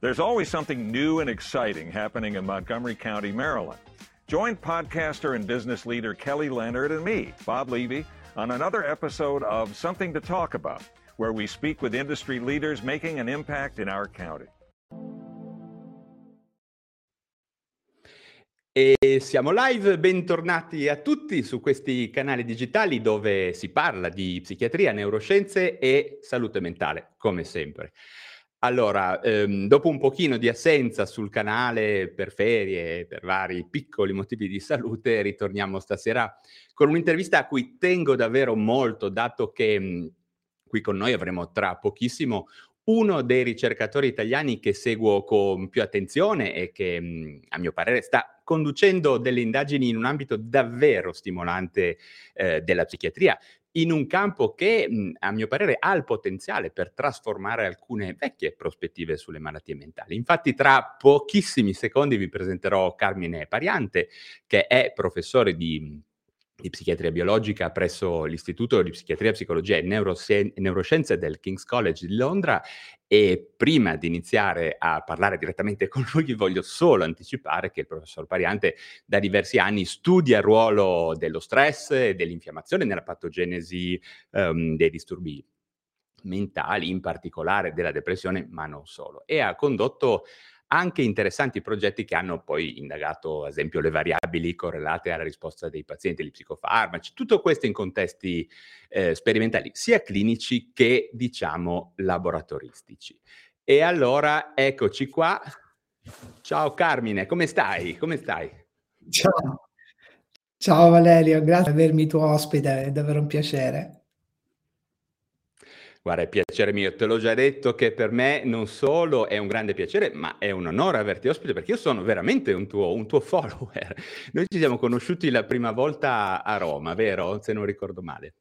There's always something new and exciting happening in Montgomery County, Maryland. Join podcaster and business leader Kelly Leonard and me, Bob Levy, on another episode of Something to Talk About, where we speak with industry leaders making an impact in our county. E siamo live, bentornati a tutti su questi canali digitali dove si parla di psichiatria, neuroscienze e salute mentale, come sempre. Allora, dopo un pochino di assenza sul canale per ferie, per vari piccoli motivi di salute, ritorniamo stasera con un'intervista a cui tengo davvero molto, dato che qui con noi avremo tra pochissimo uno dei ricercatori italiani che seguo con più attenzione e che, a mio parere, sta conducendo delle indagini in un ambito davvero stimolante della psichiatria, in un campo che, a mio parere, ha il potenziale per trasformare alcune vecchie prospettive sulle malattie mentali. Infatti, tra pochissimi secondi vi presenterò Carmine Pariante, che è professore di psichiatria biologica presso l'Istituto di Psichiatria, Psicologia e Neuroscienze del King's College di Londra. E prima di iniziare a parlare direttamente con lui, vi voglio solo anticipare che il professor Pariante da diversi anni studia il ruolo dello stress e dell'infiammazione nella patogenesi dei disturbi mentali, in particolare della depressione, ma non solo. E ha condotto anche interessanti progetti che hanno poi indagato, ad esempio, le variabili correlate alla risposta dei pazienti agli psicofarmaci, tutto questo in contesti sperimentali, sia clinici che, diciamo, laboratoristici. E allora, eccoci qua. Ciao Carmine, come stai? Come stai? Ciao. Ciao Valerio, grazie per avermi tuo ospite, è davvero un piacere. Guarda, è piacere mio, te l'ho già detto che per me non solo è un grande piacere, ma è un onore averti ospite, perché io sono veramente un tuo follower. Noi ci siamo conosciuti la prima volta a Roma, vero? Se non ricordo male.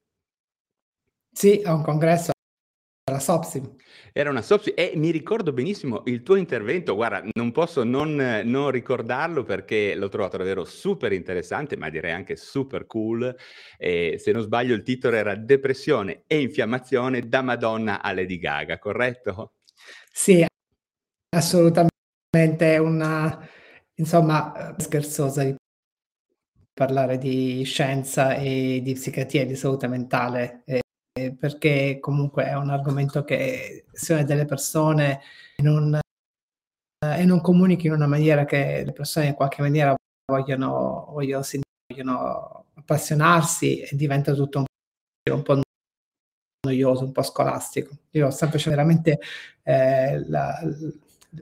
Sì, a un congresso alla SOPSI. Era una SOPSI e mi ricordo benissimo il tuo intervento. Guarda, non posso non ricordarlo perché l'ho trovato davvero super interessante, ma direi anche super cool. E, se non sbaglio, il titolo era Depressione e infiammazione da Madonna a Lady Gaga, corretto? Sì, assolutamente una, insomma, scherzosa di parlare di scienza e di psichiatria e di salute mentale, perché comunque è un argomento che se delle persone non comunichi in una maniera che le persone in qualche maniera vogliono appassionarsi, e diventa tutto un po' noioso, un po' scolastico. Io ho sempre veramente il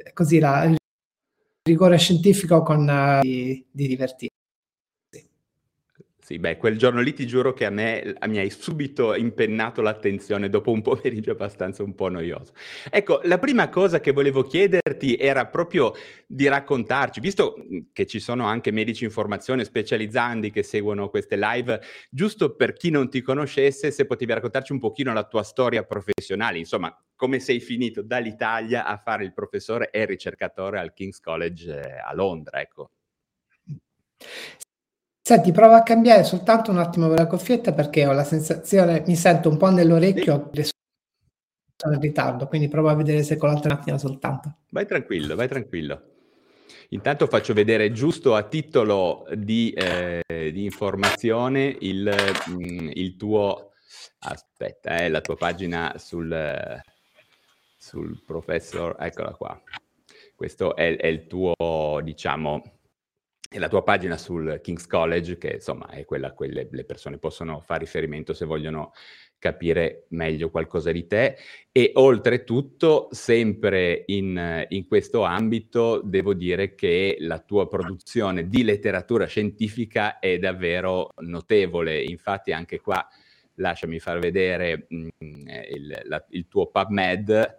rigore scientifico di divertirsi. Sì, beh, quel giorno lì ti giuro che mi hai subito impennato l'attenzione dopo un pomeriggio abbastanza un po' noioso. Ecco, la prima cosa che volevo chiederti era proprio di raccontarci, visto che ci sono anche medici in formazione specializzandi che seguono queste live, giusto per chi non ti conoscesse, se potevi raccontarci un pochino la tua storia professionale, insomma, come sei finito dall'Italia a fare il professore e ricercatore al King's College a Londra, ecco. Senti, provo a cambiare soltanto un attimo la cuffietta perché ho la sensazione, mi sento un po' nell'orecchio, Sì. Sono in ritardo, quindi provo a vedere se con l'altra macchina soltanto. Vai tranquillo, vai tranquillo. Intanto faccio vedere giusto a titolo di informazione il tuo, aspetta, la tua pagina sul professor, eccola qua. Questo è il tuo, diciamo, è la tua pagina sul King's College, che insomma è quella a cui le persone possono fare riferimento se vogliono capire meglio qualcosa di te. E oltretutto, sempre in questo ambito, devo dire che la tua produzione di letteratura scientifica è davvero notevole. Infatti anche qua, lasciami far vedere il tuo PubMed.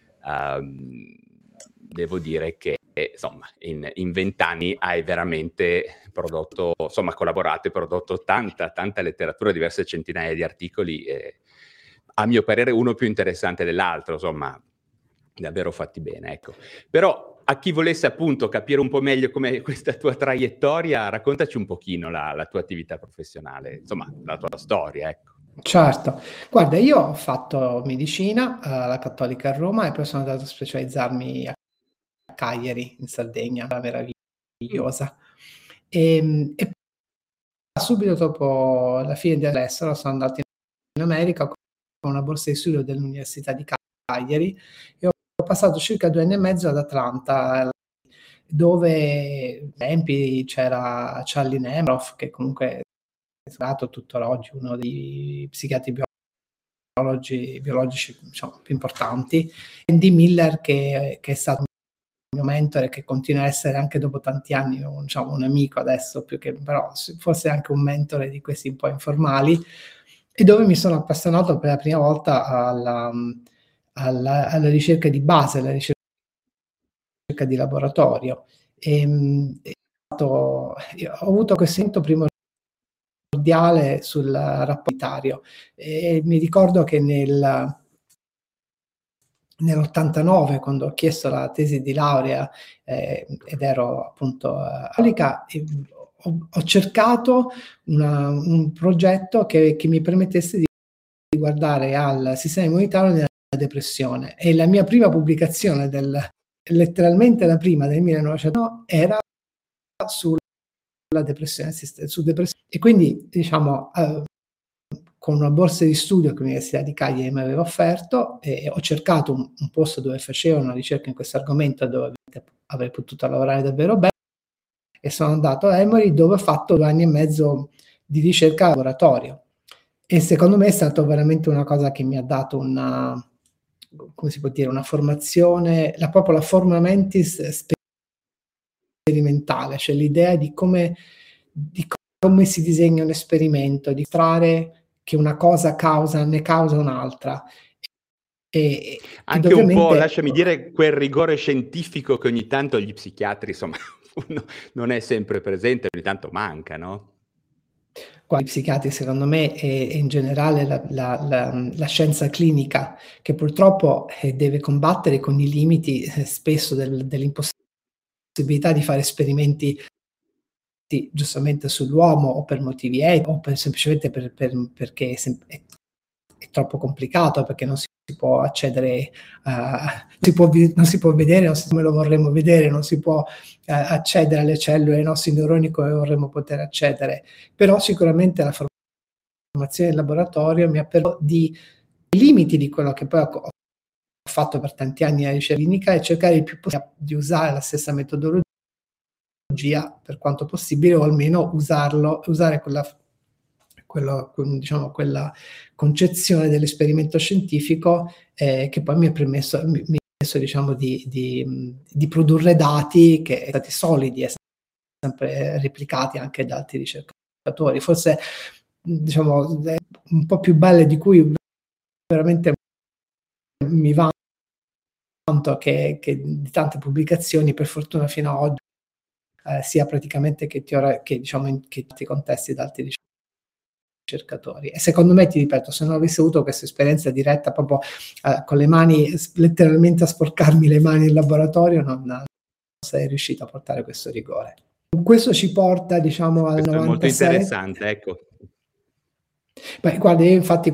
Devo dire che insomma in 20 anni hai veramente prodotto, insomma collaborato e prodotto tanta letteratura, diverse centinaia di articoli, a mio parere uno più interessante dell'altro, insomma davvero fatti bene, ecco. Però a chi volesse appunto capire un po' meglio com'è questa tua traiettoria, raccontaci un pochino la tua attività professionale, insomma la tua storia, ecco. Certo, guarda, io ho fatto medicina alla Cattolica a Roma e poi sono andato a specializzarmi a Cagliari, in Sardegna, meravigliosa. E subito dopo la fine dell'estero sono andato in America con una borsa di studio dell'Università di Cagliari e ho passato circa 2 anni e mezzo ad Atlanta, dove ai tempi c'era Charlie Nemeroff, che comunque è stato tuttora oggi uno dei psichiatri biologici diciamo, più importanti, Andy Miller che è stato un mio mentore, che continua a essere anche dopo tanti anni diciamo, un amico adesso, più che però forse anche un mentore di questi un po' informali, e dove mi sono appassionato per la prima volta alla ricerca di base, alla ricerca di laboratorio. Ho avuto questo momento primordiale sul rapportario e mi ricordo che nell'89, quando ho chiesto la tesi di laurea ed ero appunto cattolica, ho cercato un progetto che mi permettesse di guardare al sistema immunitario nella depressione, e la mia prima pubblicazione letteralmente la prima del 1909 era sulla depressione, su depressione. E quindi diciamo con una borsa di studio che l'Università di Cagliari mi aveva offerto, ho cercato un posto dove facevo una ricerca in questo argomento, dove avrei potuto lavorare davvero bene, e sono andato a Emory, dove ho fatto 2 anni e mezzo di ricerca a laboratorio, e secondo me è stato veramente una cosa che mi ha dato come si può dire, una formazione, proprio la forma mentis sperimentale, cioè l'idea di come si disegna un esperimento, di mostrare che una cosa ne causa un'altra. E anche un po', lasciami dire, quel rigore scientifico che ogni tanto gli psichiatri, insomma, non è sempre presente, ogni tanto manca, no? Qua gli psichiatri, secondo me, e in generale la scienza clinica, che purtroppo deve combattere con i limiti spesso dell'impossibilità di fare esperimenti giustamente sull'uomo, o per motivi etici, o semplicemente perché è troppo complicato, perché non si può accedere, non si può vedere, non si come lo vorremmo vedere, non si può accedere alle cellule, ai nostri neuroni come vorremmo poter accedere. Però sicuramente la formazione del laboratorio mi ha permesso i limiti di quello che poi ho fatto per tanti anni nella ricerca clinica, e cercare il più possibile di usare la stessa metodologia per quanto possibile, o almeno usare quella concezione dell'esperimento scientifico che poi mi ha permesso diciamo di produrre dati che sono stati solidi e sempre replicati anche da altri ricercatori. Forse diciamo un po' più belle, di cui veramente mi vanto, che di tante pubblicazioni, per fortuna fino ad oggi, sia praticamente che diciamo in altri contesti da altri ricercatori. E secondo me, ti ripeto, se non avessi avuto questa esperienza diretta proprio con le mani, letteralmente a sporcarmi le mani in laboratorio, non sarei riuscito a portare questo rigore. Questo ci porta, diciamo, al 96. È molto interessante, ecco. Beh, guarda, io infatti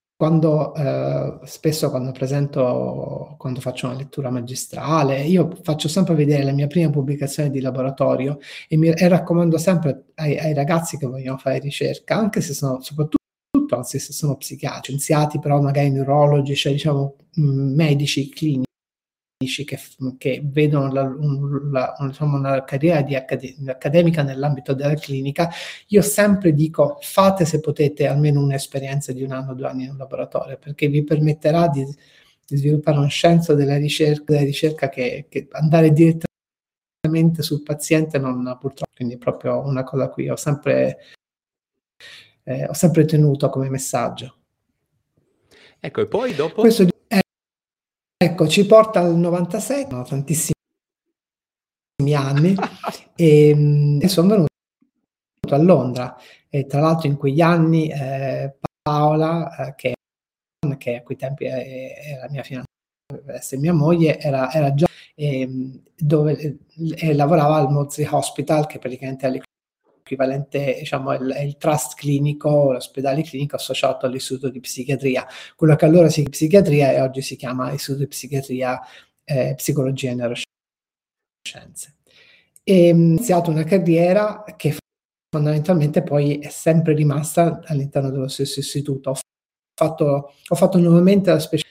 spesso quando faccio una lettura magistrale, io faccio sempre vedere la mia prima pubblicazione di laboratorio e raccomando sempre ai ragazzi che vogliono fare ricerca, anche se sono anzi se sono psichiatri, scienziati, però magari neurologi, cioè diciamo medici clinici che vedono una carriera accademica nell'ambito della clinica, io sempre dico: fate, se potete, almeno un'esperienza di 1 anno o 2 anni in un laboratorio, perché vi permetterà di sviluppare un senso della ricerca che andare direttamente sul paziente non, purtroppo. Quindi è proprio una cosa a cui ho sempre tenuto come messaggio. Ecco, e poi dopo? Questo ecco, ci porta al 97, sono tantissimi anni, e sono venuto a Londra. E tra l'altro in quegli anni Paola, che a quei tempi era la mia fidanzata, mia moglie, era già dove lavorava al Maudsley Hospital, che praticamente è l'equivalente, diciamo, è il trust clinico, l'ospedale clinico associato all'istituto di psichiatria, quello che allora si chiama psichiatria e oggi si chiama istituto di psichiatria, psicologia e neuroscienze. neuroscienze. E ho iniziato una carriera che fondamentalmente poi è sempre rimasta all'interno dello stesso istituto. Ho fatto nuovamente la specializzazione.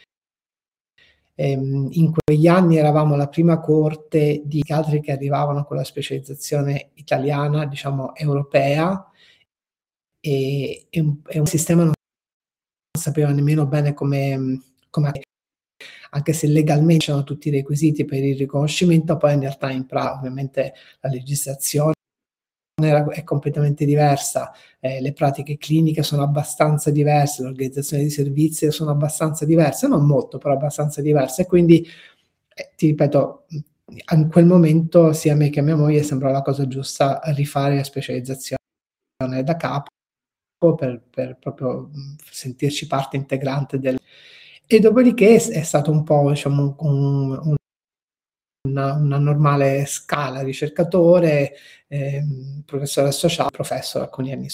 In quegli anni eravamo la prima coorte di psichiatri che arrivavano con la specializzazione italiana, diciamo europea, e un sistema non sapeva nemmeno bene come anche se legalmente c'erano tutti i requisiti per il riconoscimento, poi in realtà ovviamente la legislazione è completamente diversa, le pratiche cliniche sono abbastanza diverse, l'organizzazione di servizi sono abbastanza diverse, non molto, però abbastanza diverse, e quindi ti ripeto, in quel momento sia a me che a mia moglie sembrava la cosa giusta rifare la specializzazione da capo per proprio sentirci parte integrante e dopodiché è stato un po', diciamo, una normale scala, ricercatore, professore associato, professor alcuni anni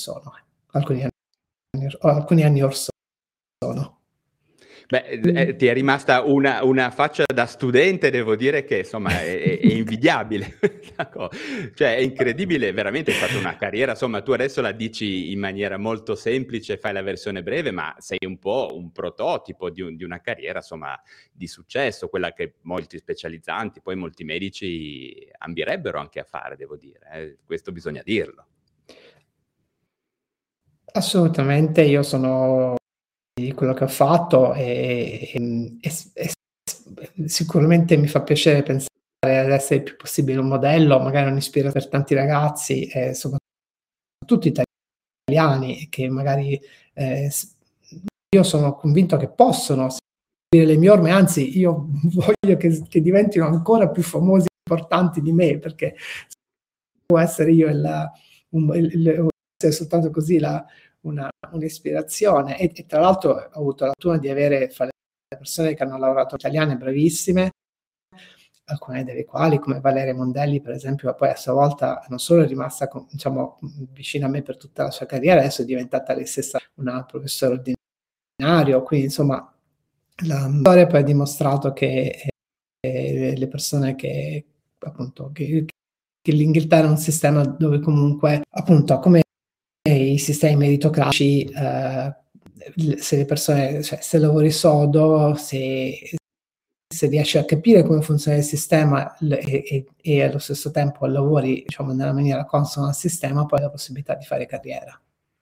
or sono. Beh, ti è rimasta una faccia da studente, devo dire che insomma è invidiabile. Cioè è incredibile, veramente hai fatto una carriera, insomma tu adesso la dici in maniera molto semplice, fai la versione breve, ma sei un po' un prototipo di una carriera insomma di successo, quella che molti specializzanti, poi molti medici ambierebbero anche a fare, devo dire, questo bisogna dirlo. Assolutamente, io sono di quello che ho fatto e sicuramente mi fa piacere pensare ad essere il più possibile un modello, magari un'ispirazione per tanti ragazzi, soprattutto italiani, che magari io sono convinto che possono seguire le mie orme, anzi io voglio che diventino ancora più famosi e importanti di me, perché può essere io soltanto così un'ispirazione e tra l'altro ho avuto la fortuna di avere persone che hanno lavorato italiane bravissime, alcune delle quali come Valeria Mondelli per esempio, poi a sua volta non solo è rimasta diciamo vicino a me per tutta la sua carriera, adesso è diventata lei stessa una professore ordinario, quindi insomma la storia poi ha dimostrato che le persone che appunto che l'Inghilterra è un sistema dove comunque appunto come i sistemi meritocratici, se le persone, cioè se lavori sodo, se riesci a capire come funziona il sistema e allo stesso tempo lavori, diciamo, nella maniera consona al sistema, poi hai la possibilità di fare carriera.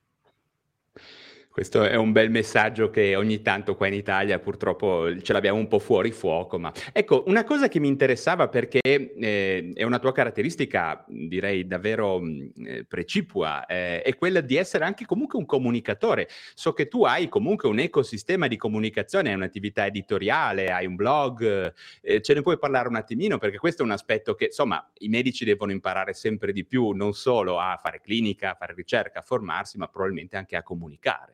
Questo è un bel messaggio che ogni tanto qua in Italia purtroppo ce l'abbiamo un po' fuori fuoco, ma ecco, una cosa che mi interessava perché è una tua caratteristica, direi davvero precipua, è quella di essere anche comunque un comunicatore. So che tu hai comunque un ecosistema di comunicazione, hai un'attività editoriale, hai un blog, ce ne puoi parlare un attimino? Perché questo è un aspetto che, insomma, i medici devono imparare sempre di più, non solo a fare clinica, a fare ricerca, a formarsi, ma probabilmente anche a comunicare.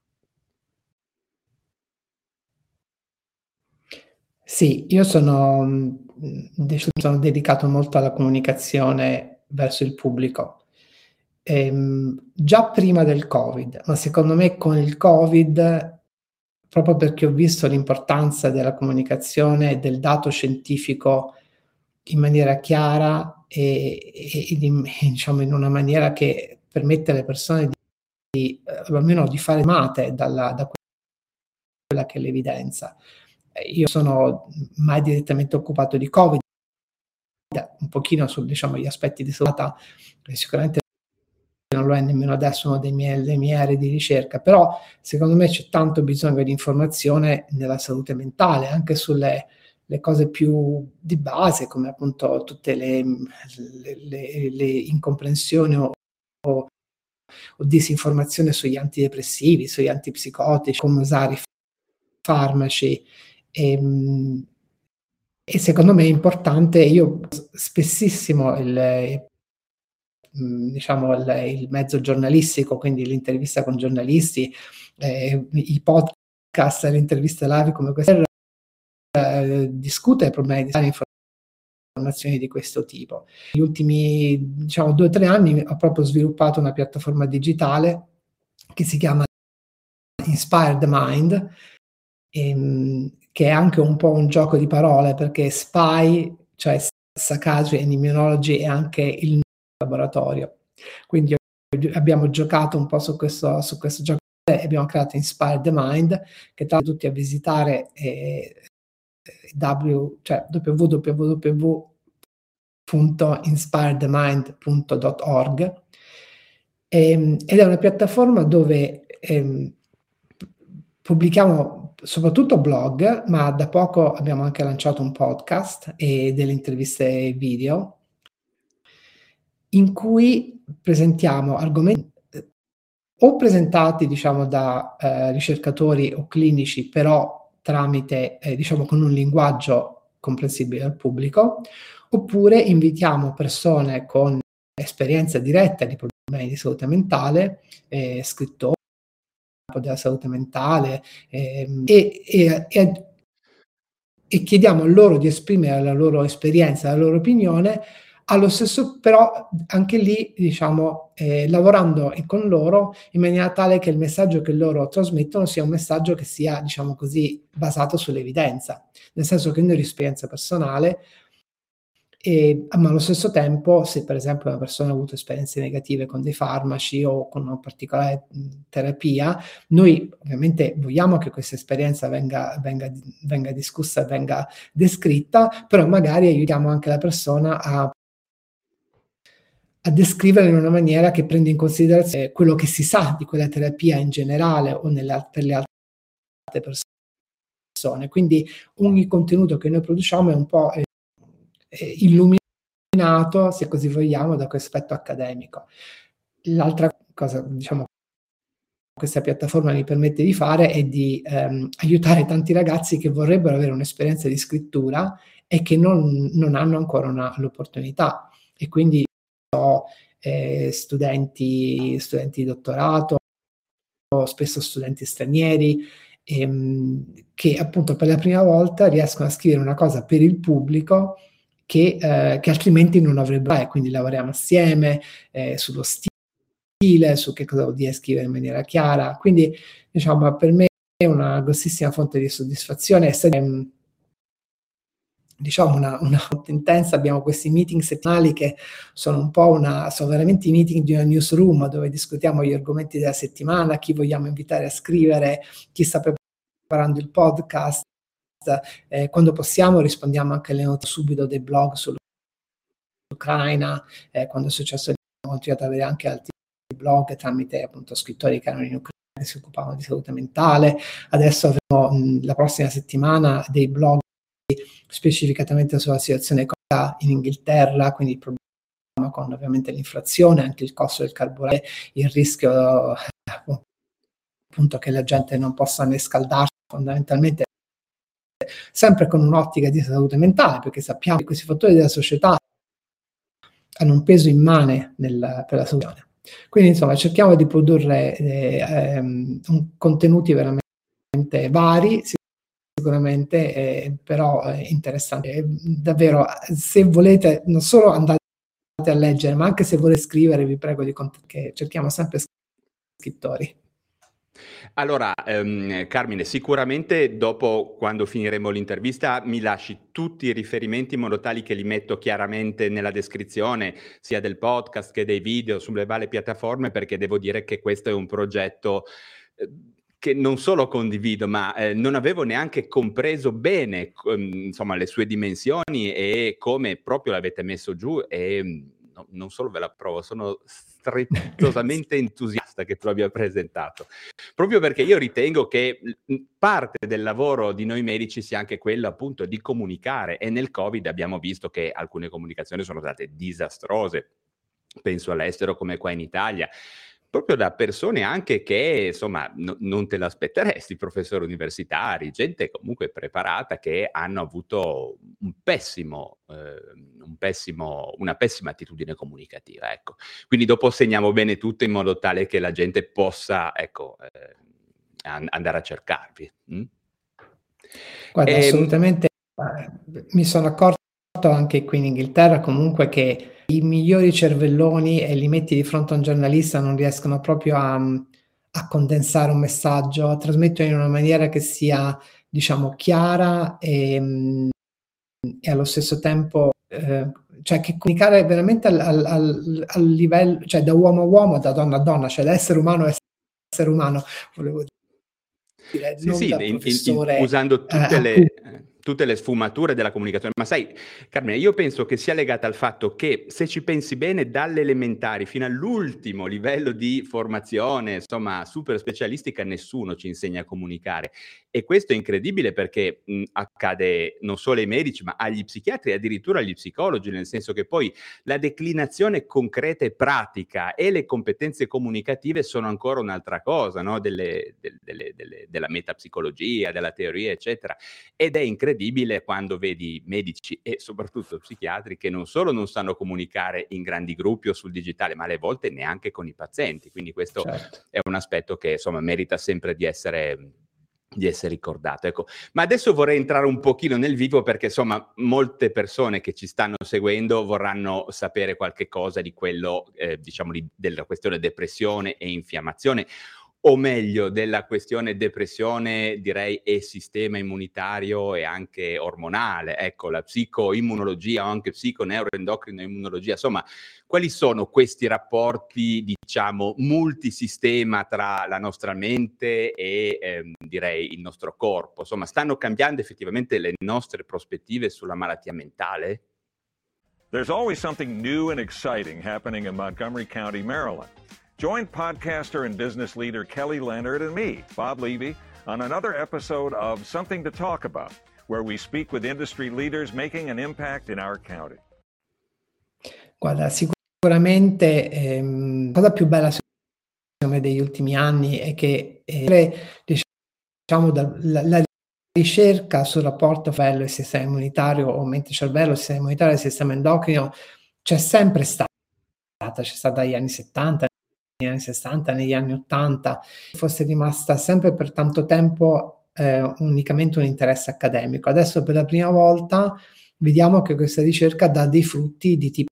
Sì, io sono dedicato molto alla comunicazione verso il pubblico. Già prima del Covid, ma secondo me con il Covid, proprio perché ho visto l'importanza della comunicazione e del dato scientifico in maniera chiara diciamo in una maniera che permette alle persone almeno di fare mate da quella che è l'evidenza. Io sono mai direttamente occupato di Covid, un pochino su diciamo gli aspetti di salute, sicuramente non lo è nemmeno adesso una delle mie aree di ricerca, però secondo me c'è tanto bisogno di informazione nella salute mentale, anche sulle cose più di base, come appunto tutte le incomprensioni o disinformazione sugli antidepressivi, sugli antipsicotici, come usare i farmaci. E secondo me è importante, io spessissimo diciamo il mezzo giornalistico, quindi l'intervista con giornalisti, i podcast, le interviste live come questa, discute problemi di informazioni di questo tipo. Negli ultimi, diciamo, 2 o 3 anni ho proprio sviluppato una piattaforma digitale che si chiama Inspired Mind, che è anche un po' un gioco di parole perché spy, cioè Psychiatry and Immunology e anche il laboratorio. Quindi abbiamo giocato un po' su questo gioco e abbiamo creato Inspire the Mind, che tra tutti a visitare www.inspirethemind.org, ed è una piattaforma dove pubblichiamo soprattutto blog, ma da poco abbiamo anche lanciato un podcast e delle interviste video in cui presentiamo argomenti o presentati, diciamo, da ricercatori o clinici, però tramite, diciamo, con un linguaggio comprensibile al pubblico, oppure invitiamo persone con esperienza diretta di problemi di salute mentale, scrittori della salute mentale, e chiediamo loro di esprimere la loro esperienza, la loro opinione, allo stesso però anche lì, diciamo, lavorando con loro in maniera tale che il messaggio che loro trasmettono sia un messaggio che sia, diciamo così, basato sull'evidenza, nel senso che noi l'esperienza personale, ma allo stesso tempo, se per esempio una persona ha avuto esperienze negative con dei farmaci o con una particolare terapia, noi ovviamente vogliamo che questa esperienza venga discussa, venga descritta, però magari aiutiamo anche la persona a descriverla in una maniera che prende in considerazione quello che si sa di quella terapia in generale o per le altre persone. Quindi ogni contenuto che noi produciamo è un po' illuminato, se così vogliamo, da questo aspetto accademico. L'altra cosa, diciamo, questa piattaforma mi permette di fare è di aiutare tanti ragazzi che vorrebbero avere un'esperienza di scrittura e che non hanno ancora l'opportunità, e quindi studenti di dottorato, spesso studenti stranieri, che appunto per la prima volta riescono a scrivere una cosa per il pubblico che altrimenti non avrebbero, quindi lavoriamo assieme sullo stile, su che cosa vuol dire scrivere in maniera chiara. Quindi, diciamo, per me è una grossissima fonte di soddisfazione. Diciamo una notte intensa, abbiamo questi meeting settimanali che sono veramente i meeting di una newsroom dove discutiamo gli argomenti della settimana, chi vogliamo invitare a scrivere, chi sta preparando il podcast, quando possiamo rispondiamo anche alle note subito dei blog sull'Ucraina, quando è successo abbiamo continuato ad avere anche altri blog tramite appunto scrittori che erano in Ucraina che si occupavano di salute mentale. Adesso avremo la prossima settimana dei blog specificatamente sulla situazione economica in Inghilterra, quindi il problema con ovviamente l'inflazione, anche il costo del carburante, il rischio appunto che la gente non possa né scaldarsi, fondamentalmente sempre con un'ottica di salute mentale, perché sappiamo che questi fattori della società hanno un peso immane per la salute. Quindi insomma cerchiamo di produrre contenuti veramente vari, sicuramente, però interessanti. Davvero, se volete non solo andate a leggere, ma anche se volete scrivere, vi prego che cerchiamo sempre scrittori. Allora, Carmine, sicuramente dopo, quando finiremo l'intervista, mi lasci tutti i riferimenti in modo tale che li metto chiaramente nella descrizione, sia del podcast che dei video, sulle varie piattaforme, perché devo dire che questo è un progetto che non solo condivido, ma non avevo neanche compreso bene, insomma, le sue dimensioni e come proprio l'avete messo giù, e non solo ve l'approvo, sono strettosamente entusiasta che tu l'abbia presentato, proprio perché io ritengo che parte del lavoro di noi medici sia anche quello appunto di comunicare, e nel Covid abbiamo visto che alcune comunicazioni sono state disastrose, penso all'estero come qua in Italia, proprio da persone anche che insomma non te l'aspetteresti, professori universitari, gente comunque preparata, che hanno avuto una pessima attitudine comunicativa, ecco. Quindi dopo segniamo bene tutto in modo tale che la gente possa, ecco, andare a cercarvi. Guarda, assolutamente, mi sono accorto anche qui in Inghilterra comunque che i migliori cervelloni, e li metti di fronte a un giornalista, non riescono proprio a condensare un messaggio, a trasmetterlo in una maniera che sia, diciamo, chiara e allo stesso tempo cioè che comunicare veramente al livello, cioè da uomo a uomo, da donna a donna, cioè da essere umano a essere umano, volevo dire, Sì, non sì, da professore usando tutte le sfumature della comunicazione. Ma sai, Carmine, io penso che sia legata al fatto che, se ci pensi bene, dalle elementari fino all'ultimo livello di formazione, insomma, super specialistica, nessuno ci insegna a comunicare. E questo è incredibile perché accade non solo ai medici, ma agli psichiatri e addirittura agli psicologi, nel senso che poi la declinazione concreta e pratica e le competenze comunicative sono ancora un'altra cosa, no? Della metapsicologia, della teoria, eccetera. Ed è incredibile quando vedi medici e soprattutto psichiatri che non solo non sanno comunicare in grandi gruppi o sul digitale, ma alle volte neanche con i pazienti. Quindi questo certo. è un aspetto che insomma merita sempre di essere ricordato. Ecco. Ma adesso vorrei entrare un pochino nel vivo perché insomma molte persone che ci stanno seguendo vorranno sapere qualche cosa di quello, diciamo, della questione depressione e infiammazione, o meglio della questione depressione, direi, e sistema immunitario e anche ormonale, ecco, la psicoimmunologia o anche psiconeuroendocrino immunologia, insomma, quali sono questi rapporti, diciamo, multisistema tra la nostra mente e direi il nostro corpo? Insomma, stanno cambiando effettivamente le nostre prospettive sulla malattia mentale? There's always something new and exciting happening in Montgomery County, Maryland. Join podcaster and business leader Kelly Leonard and me, Bob Levy, on another episode of Something to Talk About, where we speak with industry leaders making an impact in our county. Guarda, sicuramente la cosa più bella secondo me degli ultimi anni è che diciamo la ricerca sul rapporto cervello e sistema immunitario, o mente cervello, sistema immunitario e sistema endocrino c'è sempre stata, c'è stata dagli anni 70, negli anni 60, negli anni 80, fosse rimasta sempre per tanto tempo unicamente un interesse accademico. Adesso per la prima volta vediamo che questa ricerca dà dei frutti di tipo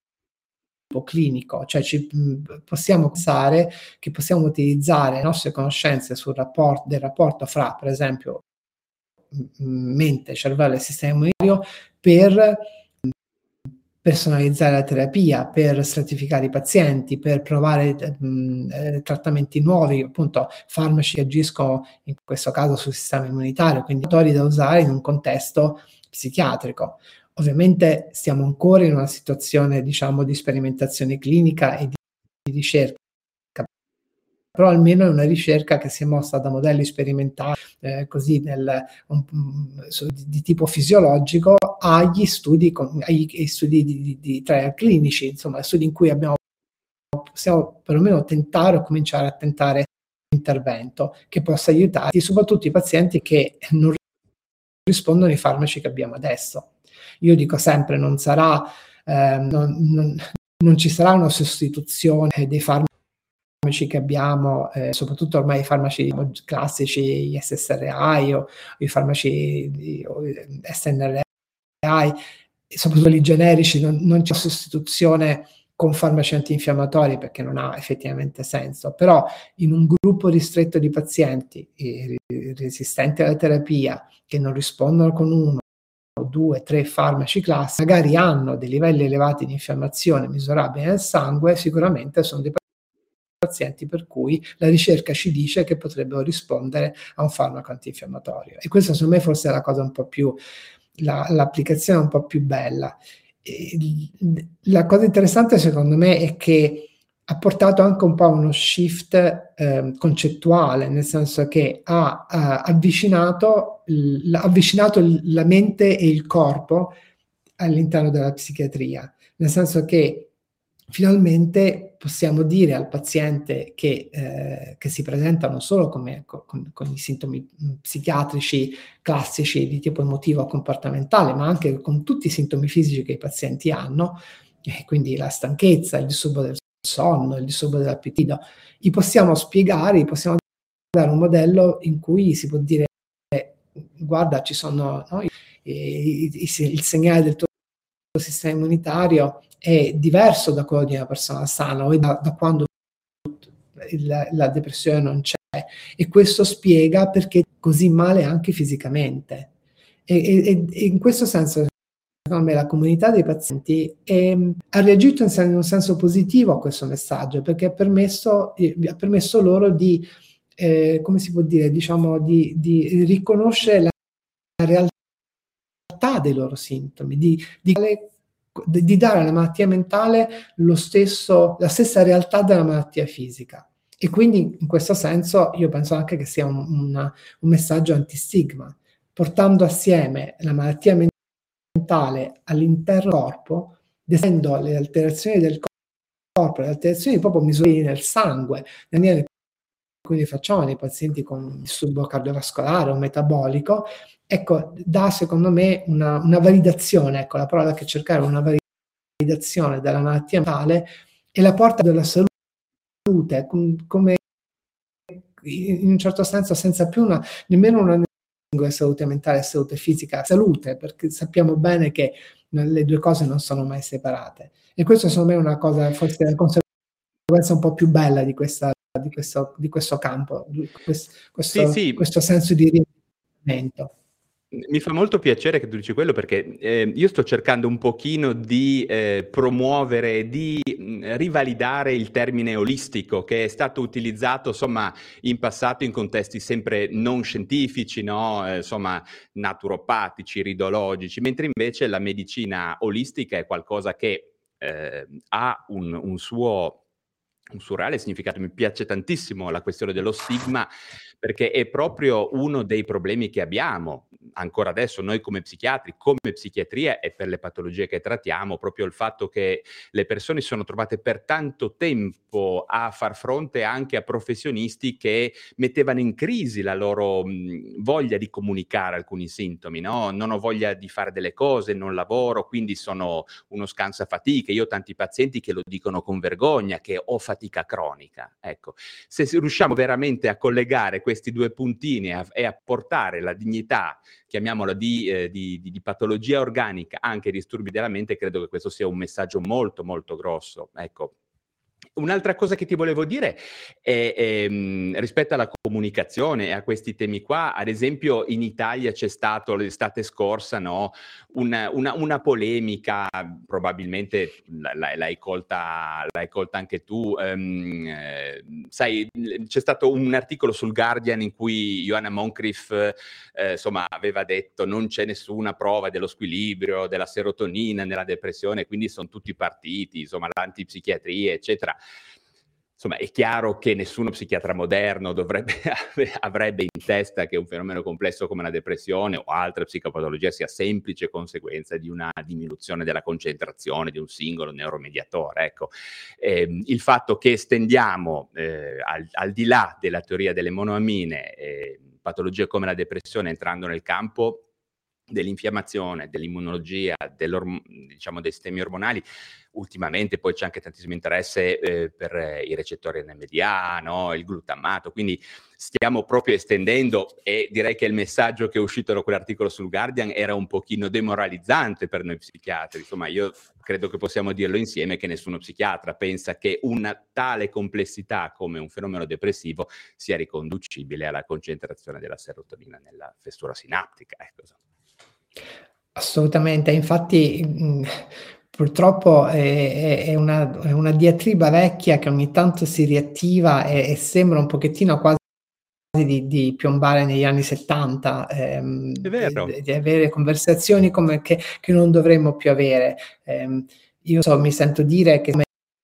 clinico, cioè possiamo pensare che possiamo utilizzare le nostre conoscenze del rapporto fra, per esempio, mente, cervello e sistema immunitario per personalizzare la terapia, per stratificare i pazienti, per provare trattamenti nuovi, appunto farmaci che agiscono in questo caso sul sistema immunitario, quindi da usare in un contesto psichiatrico. Ovviamente stiamo ancora in una situazione, diciamo, di sperimentazione clinica e di ricerca, però almeno è una ricerca che si è mossa da modelli sperimentali così di tipo fisiologico agli studi di trial clinici, insomma studi in cui possiamo perlomeno tentare o cominciare a tentare un intervento che possa aiutare soprattutto i pazienti che non rispondono ai farmaci che abbiamo adesso. Io dico sempre, non ci sarà una sostituzione dei farmaci che abbiamo, soprattutto ormai i farmaci classici, gli SSRI o i farmaci SNRI, soprattutto i generici, non c'è sostituzione con farmaci antinfiammatori perché non ha effettivamente senso, però in un gruppo ristretto di pazienti resistenti alla terapia che non rispondono con 1, 2, 3 farmaci classici, magari hanno dei livelli elevati di infiammazione misurabili nel sangue, sicuramente sono dei pazienti per cui la ricerca ci dice che potrebbero rispondere a un farmaco antinfiammatorio. E questa secondo me forse è la cosa un po' più, l'applicazione un po' più bella. La cosa interessante secondo me è che ha portato anche un po' a uno shift concettuale, nel senso che ha avvicinato la mente e il corpo all'interno della psichiatria, nel senso che finalmente possiamo dire al paziente che si presenta non solo con i sintomi psichiatrici classici di tipo emotivo o comportamentale, ma anche con tutti i sintomi fisici che i pazienti hanno, quindi la stanchezza, il disturbo del sonno, il disturbo dell'appetito, gli possiamo spiegare, gli possiamo dare un modello in cui si può dire guarda, ci sono il segnale del tuo sistema immunitario è diverso da quello di una persona sana o da quando la depressione non c'è, e questo spiega perché così male anche fisicamente e in questo senso secondo me la comunità dei pazienti ha reagito in un senso positivo a questo messaggio, perché ha permesso loro di, come si può dire, diciamo, di riconoscere la realtà dei loro sintomi, di dare alla malattia mentale la stessa realtà della malattia fisica. E quindi in questo senso io penso anche che sia un messaggio antistigma, portando assieme la malattia mentale all'interno del corpo, descrivendo le alterazioni del corpo, le alterazioni proprio misurate nel sangue, nella maniera in cui facciamo nei pazienti con disturbo cardiovascolare o metabolico, ecco, dà secondo me una validazione, ecco la parola che cercare, una validazione della malattia mentale e la porta della salute come in un certo senso senza più nemmeno una salute mentale e salute fisica, salute, perché sappiamo bene che le due cose non sono mai separate. E questo secondo me è una cosa, forse la conseguenza un po' più bella di questo campo, questo senso di riferimento. Mi fa molto piacere che tu dici quello, perché io sto cercando un pochino di promuovere, di rivalidare il termine olistico, che è stato utilizzato insomma in passato in contesti sempre non scientifici, no? Insomma naturopatici, ridologici, mentre invece la medicina olistica è qualcosa che ha un suo reale significato. Mi piace tantissimo la questione dello stigma, perché è proprio uno dei problemi che abbiamo ancora adesso noi come psichiatri, come psichiatria e per le patologie che trattiamo, proprio il fatto che le persone si sono trovate per tanto tempo a far fronte anche a professionisti che mettevano in crisi la loro voglia di comunicare alcuni sintomi, no? Non ho voglia di fare delle cose, non lavoro, quindi sono uno scansafatiche. Io ho tanti pazienti che lo dicono con vergogna, che ho fatica cronica. Ecco, se riusciamo veramente a collegare questi due puntini e a portare la dignità, chiamiamola di patologia organica, anche disturbi della mente, credo che questo sia un messaggio molto molto grosso. Ecco. Un'altra cosa che ti volevo dire è rispetto alla comunicazione e a questi temi qua, ad esempio in Italia c'è stato l'estate scorsa, no, una polemica, probabilmente l'hai colta anche tu, sai, c'è stato un articolo sul Guardian in cui Joanna Moncrief insomma aveva detto non c'è nessuna prova dello squilibrio della serotonina nella depressione, quindi sono tutti partiti, insomma l'antipsichiatria eccetera. Insomma, è chiaro che nessuno psichiatra moderno avrebbe in testa che un fenomeno complesso come la depressione o altre psicopatologie sia semplice conseguenza di una diminuzione della concentrazione di un singolo neuromediatore. Ecco, il fatto che estendiamo al di là della teoria delle monoamine patologie come la depressione entrando nel campo dell'infiammazione, dell'immunologia, diciamo dei sistemi ormonali, ultimamente poi c'è anche tantissimo interesse per i recettori NMDA, no? Il glutammato, quindi stiamo proprio estendendo, e direi che il messaggio che è uscito da quell'articolo sul Guardian era un pochino demoralizzante per noi psichiatri. Insomma, io credo che possiamo dirlo insieme che nessuno psichiatra pensa che una tale complessità come un fenomeno depressivo sia riconducibile alla concentrazione della serotonina nella fessura sinaptica. Ecco. Assolutamente, infatti purtroppo è una diatriba vecchia che ogni tanto si riattiva e sembra un pochettino quasi di piombare negli anni 70, È vero. di avere conversazioni come che non dovremmo più avere. Io mi sento dire che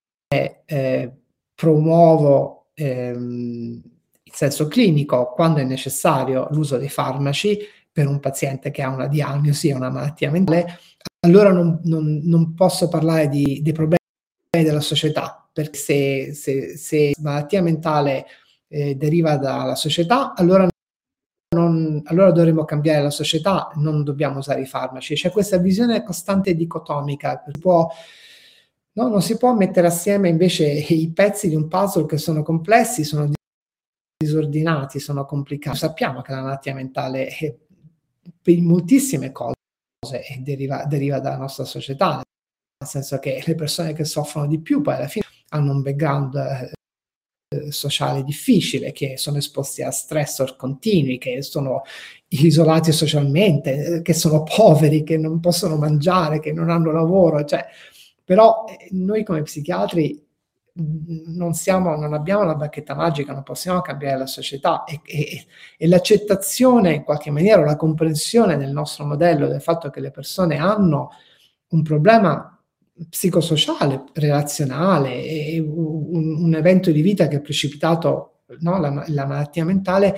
promuovo in senso clinico, quando è necessario, l'uso dei farmaci per un paziente che ha una diagnosi, una malattia mentale, allora non posso parlare dei problemi della società, perché se malattia mentale deriva dalla società, allora dovremmo cambiare la società, non dobbiamo usare i farmaci. C'è questa visione costante dicotomica, non si può mettere assieme invece i pezzi di un puzzle che sono complessi, sono disordinati, sono complicati. Sappiamo che la malattia mentale per moltissime cose deriva dalla nostra società, nel senso che le persone che soffrono di più poi alla fine hanno un background sociale difficile, che sono esposti a stressor continui, che sono isolati socialmente, che sono poveri, che non possono mangiare, che non hanno lavoro, cioè, però noi come psichiatri non abbiamo la bacchetta magica, non possiamo cambiare la società e l'accettazione in qualche maniera, o la comprensione del nostro modello, del fatto che le persone hanno un problema psicosociale, relazionale, e un evento di vita che ha precipitato, no, la malattia mentale,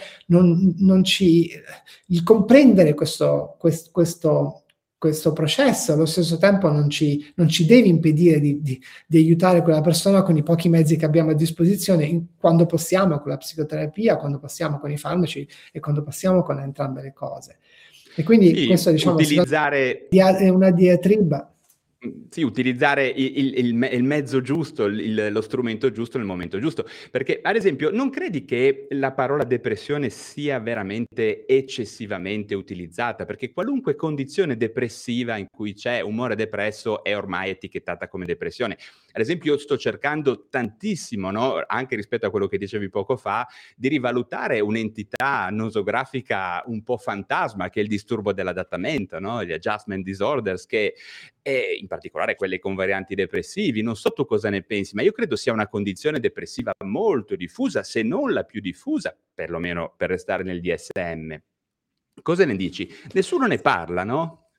il comprendere questo processo allo stesso tempo non ci deve impedire di aiutare quella persona con i pochi mezzi che abbiamo a disposizione, quando possiamo con la psicoterapia, quando possiamo con i farmaci e quando possiamo con entrambe le cose. E quindi sì, questo, diciamo, utilizzare è una diatriba. Sì, utilizzare il mezzo giusto, lo strumento giusto nel momento giusto. Perché, ad esempio, non credi che la parola depressione sia veramente eccessivamente utilizzata? Perché qualunque condizione depressiva in cui c'è umore depresso è ormai etichettata come depressione. Ad esempio, io sto cercando tantissimo, no, anche rispetto a quello che dicevi poco fa, di rivalutare un'entità nosografica un po' fantasma, che è il disturbo dell'adattamento, no? Gli adjustment disorders, che e in particolare quelle con varianti depressivi. Non so tu cosa ne pensi, ma io credo sia una condizione depressiva molto diffusa, se non la più diffusa, perlomeno per restare nel DSM. Cosa ne dici? Nessuno ne parla, no?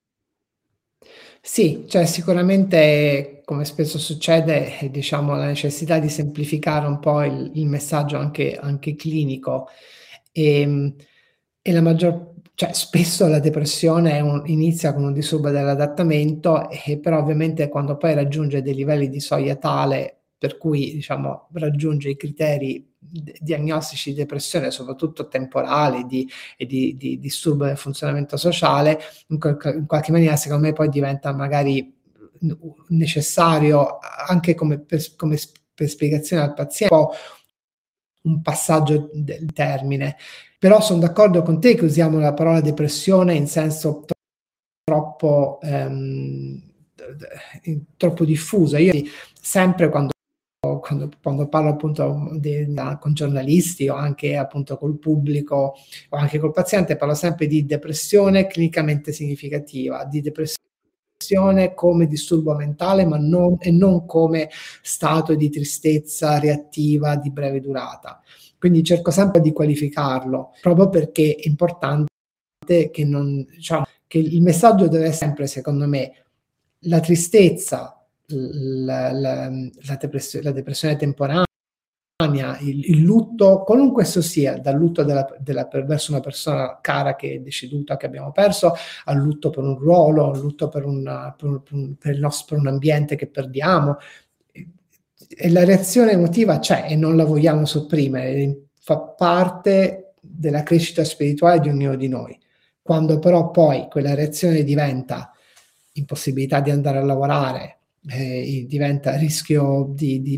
Sì, cioè sicuramente, come spesso succede, diciamo, la necessità di semplificare un po' il messaggio anche clinico. E la cioè spesso la depressione inizia con un disturbo dell'adattamento, però ovviamente quando poi raggiunge dei livelli di soglia tale per cui, diciamo, raggiunge i criteri diagnostici di depressione, soprattutto temporali, di disturbo del funzionamento sociale, in qualche maniera, secondo me, poi diventa magari necessario anche come per spiegazione al paziente, un po' un passaggio del termine. Però sono d'accordo con te che usiamo la parola depressione in senso troppo diffuso. Io sempre quando parlo appunto con giornalisti o anche appunto col pubblico o anche col paziente, parlo sempre di depressione clinicamente significativa, di depressione come disturbo mentale, ma non come stato di tristezza reattiva di breve durata. Quindi cerco sempre di qualificarlo, proprio perché è importante che che il messaggio deve essere sempre, secondo me, la tristezza, la depressione temporanea, il lutto, qualunque esso sia, dal lutto verso una persona cara che è deceduta, che abbiamo perso, al lutto per un ruolo, al lutto per un ambiente che perdiamo. E la reazione emotiva c'è e non la vogliamo sopprimere, fa parte della crescita spirituale di ognuno di noi. Quando però poi quella reazione diventa impossibilità di andare a lavorare, diventa rischio di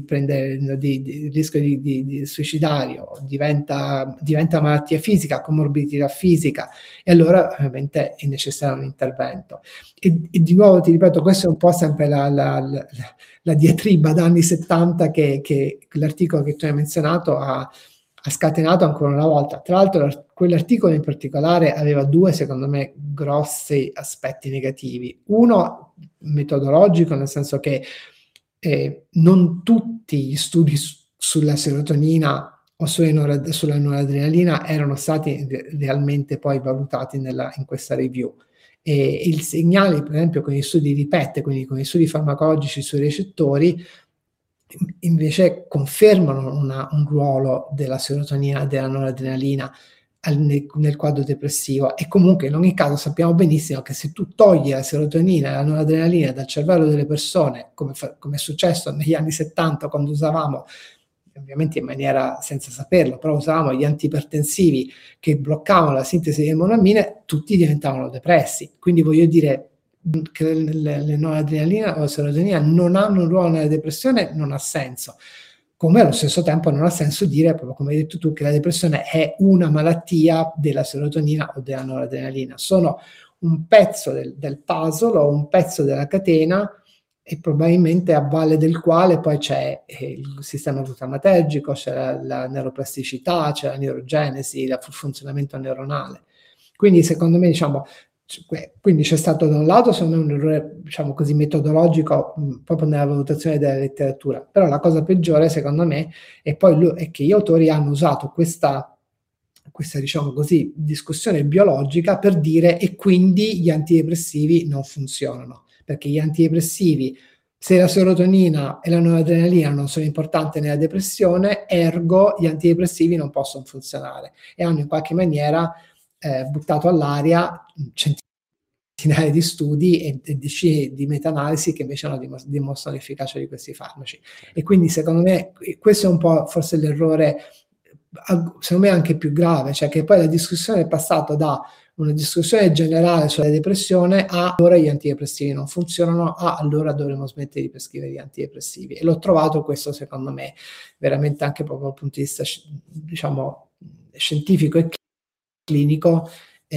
suicidario, diventa malattia fisica, comorbidità fisica, e allora ovviamente è necessario un intervento. E di nuovo ti ripeto, questo è un po' sempre la diatriba da anni 70 che l'articolo che tu hai menzionato ha scatenato ancora una volta. Tra l'altro quell'articolo in particolare aveva due, secondo me, grossi aspetti negativi. Uno metodologico, nel senso che non tutti gli studi sulla serotonina o sulla noradrenalina erano stati realmente poi valutati in questa review. E il segnale, per esempio, con gli studi di PET, quindi con gli studi farmacologici sui recettori, invece confermano un ruolo della serotonina e della noradrenalina nel quadro depressivo. E comunque in ogni caso sappiamo benissimo che se tu togli la serotonina e la noradrenalina dal cervello delle persone, come è successo negli anni 70 quando usavamo, ovviamente in maniera senza saperlo, però usavamo gli antiipertensivi che bloccavano la sintesi di monoamine, tutti diventavano depressi. Quindi voglio dire che le noradrenalina o la serotonina non hanno un ruolo nella depressione non ha senso. Come allo stesso tempo non ha senso dire, proprio come hai detto tu, che la depressione è una malattia della serotonina o della noradrenalina. Sono un pezzo del puzzle o un pezzo della catena e probabilmente a valle del quale poi c'è il sistema glutamatergico, c'è la neuroplasticità, c'è la neurogenesi, il funzionamento neuronale. Quindi secondo me, diciamo, quindi c'è stato da un lato secondo me un errore, diciamo così, metodologico proprio nella valutazione della letteratura, però la cosa peggiore secondo me è che gli autori hanno usato questa diciamo così discussione biologica per dire e quindi gli antidepressivi non funzionano, perché gli antidepressivi, se la serotonina e la noradrenalina non sono importanti nella depressione, ergo gli antidepressivi non possono funzionare, e hanno in qualche maniera buttato all'aria centinaia di studi e decine di meta-analisi che invece dimostrano l'efficacia di questi farmaci. E quindi secondo me questo è un po' forse l'errore, secondo me anche più grave, cioè che poi la discussione è passata da una discussione generale sulla depressione a allora gli antidepressivi non funzionano, allora dovremmo smettere di prescrivere gli antidepressivi. E l'ho trovato questo secondo me veramente anche proprio dal punto di vista diciamo scientifico e clinico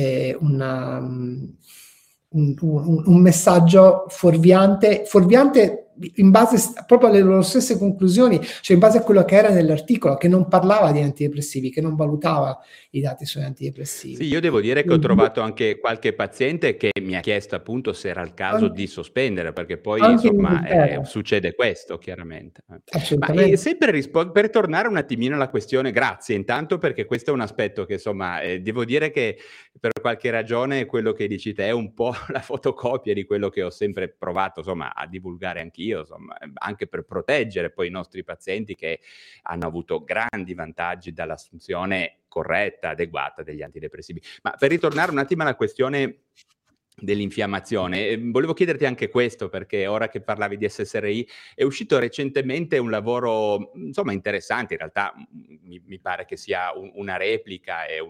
un messaggio fuorviante in base proprio alle loro stesse conclusioni, cioè in base a quello che era nell'articolo, che non parlava di antidepressivi, che non valutava i dati sugli antidepressivi. Sì, io devo dire che ho trovato anche qualche paziente che mi ha chiesto appunto se era il caso di sospendere, perché poi insomma succede questo chiaramente. Assolutamente. Ma sempre per tornare un attimino alla questione, grazie intanto, perché questo è un aspetto che insomma devo dire che per qualche ragione quello che dici te è un po' la fotocopia di quello che ho sempre provato insomma a divulgare anch'io, insomma, anche per proteggere poi i nostri pazienti che hanno avuto grandi vantaggi dall'assunzione corretta, adeguata degli antidepressivi. Ma per ritornare un attimo alla questione dell'infiammazione, volevo chiederti anche questo, perché ora che parlavi di SSRI è uscito recentemente un lavoro insomma interessante, in realtà mi pare che sia una replica e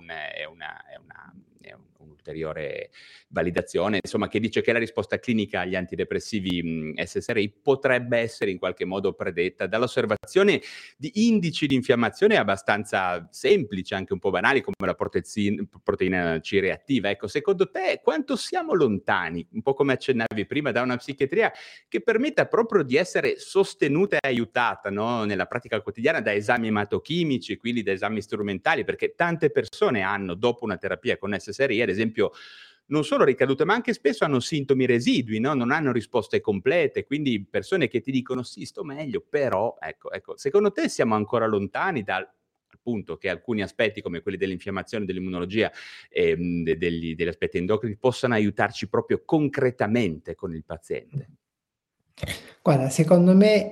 un'ulteriore validazione, insomma, che dice che la risposta clinica agli antidepressivi SSRI potrebbe essere in qualche modo predetta dall'osservazione di indici di infiammazione abbastanza semplici, anche un po' banali, come la proteina C reattiva. Ecco, secondo te quanto siamo lontani, un po' come accennavi prima, da una psichiatria che permetta proprio di essere sostenuta e aiutata, no, nella pratica quotidiana da esami ematochimici, quindi da esami strumentali, perché tante persone hanno, dopo una terapia con SSRI, ad esempio, non solo ricadute, ma anche spesso hanno sintomi residui, no? Non hanno risposte complete, quindi persone che ti dicono sì, sto meglio, però, ecco, secondo te siamo ancora lontani dal punto che alcuni aspetti come quelli dell'infiammazione, dell'immunologia e degli aspetti endocrini possano aiutarci proprio concretamente con il paziente? Guarda, secondo me,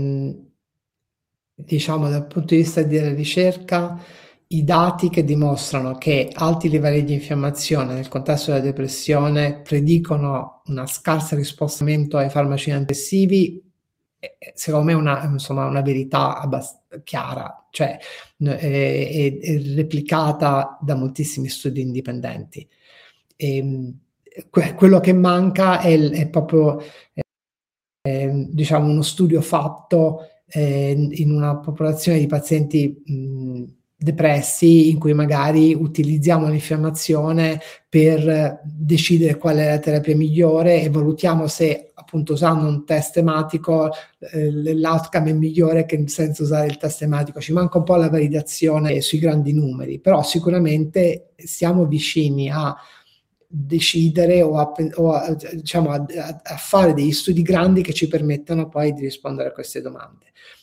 diciamo dal punto di vista della ricerca, i dati che dimostrano che alti livelli di infiammazione nel contesto della depressione predicono una scarsa risposta ai farmaci antidepressivi, secondo me è una verità chiara, cioè è replicata da moltissimi studi indipendenti. Quello che manca è proprio diciamo uno studio fatto in una popolazione di pazienti depressi, in cui magari utilizziamo l'infiammazione per decidere qual è la terapia migliore e valutiamo se, appunto, usando un test ematico l'outcome è migliore che senza usare il test ematico. Ci manca un po' la validazione sui grandi numeri, però sicuramente siamo vicini a decidere diciamo a fare degli studi grandi che ci permettano poi di rispondere a queste domande.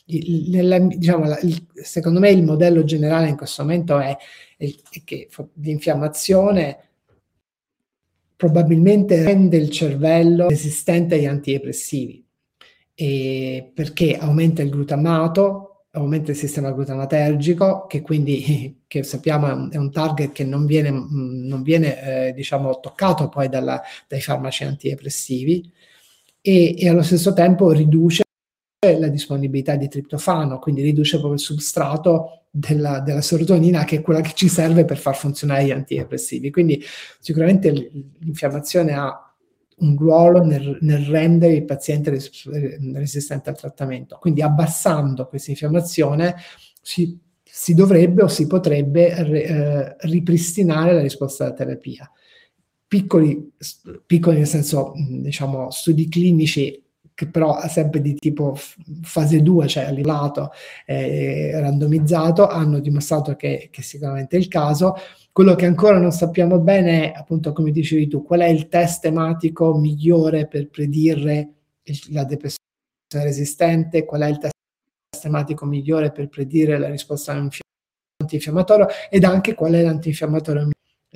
Secondo me il modello generale in questo momento è che l'infiammazione probabilmente rende il cervello resistente agli antidepressivi, perché aumenta il glutamato, aumenta il sistema glutamatergico, che quindi, che sappiamo è un target che non viene diciamo toccato poi dai farmaci antidepressivi, e allo stesso tempo riduce la disponibilità di triptofano, quindi riduce proprio il substrato della serotonina, che è quella che ci serve per far funzionare gli antidepressivi. Quindi sicuramente l'infiammazione ha un ruolo nel rendere il paziente resistente al trattamento. Quindi abbassando questa infiammazione si dovrebbe o si potrebbe ripristinare la risposta alla terapia. Piccoli nel senso, diciamo, studi clinici che però ha sempre di tipo fase 2, cioè livellato, randomizzato, hanno dimostrato che sicuramente è il caso. Quello che ancora non sappiamo bene è, appunto, come dicevi tu, qual è il test tematico migliore per predire la depressione resistente, qual è il test tematico migliore per predire la risposta antinfiammatorio, ed anche qual è l'antinfiammatorio.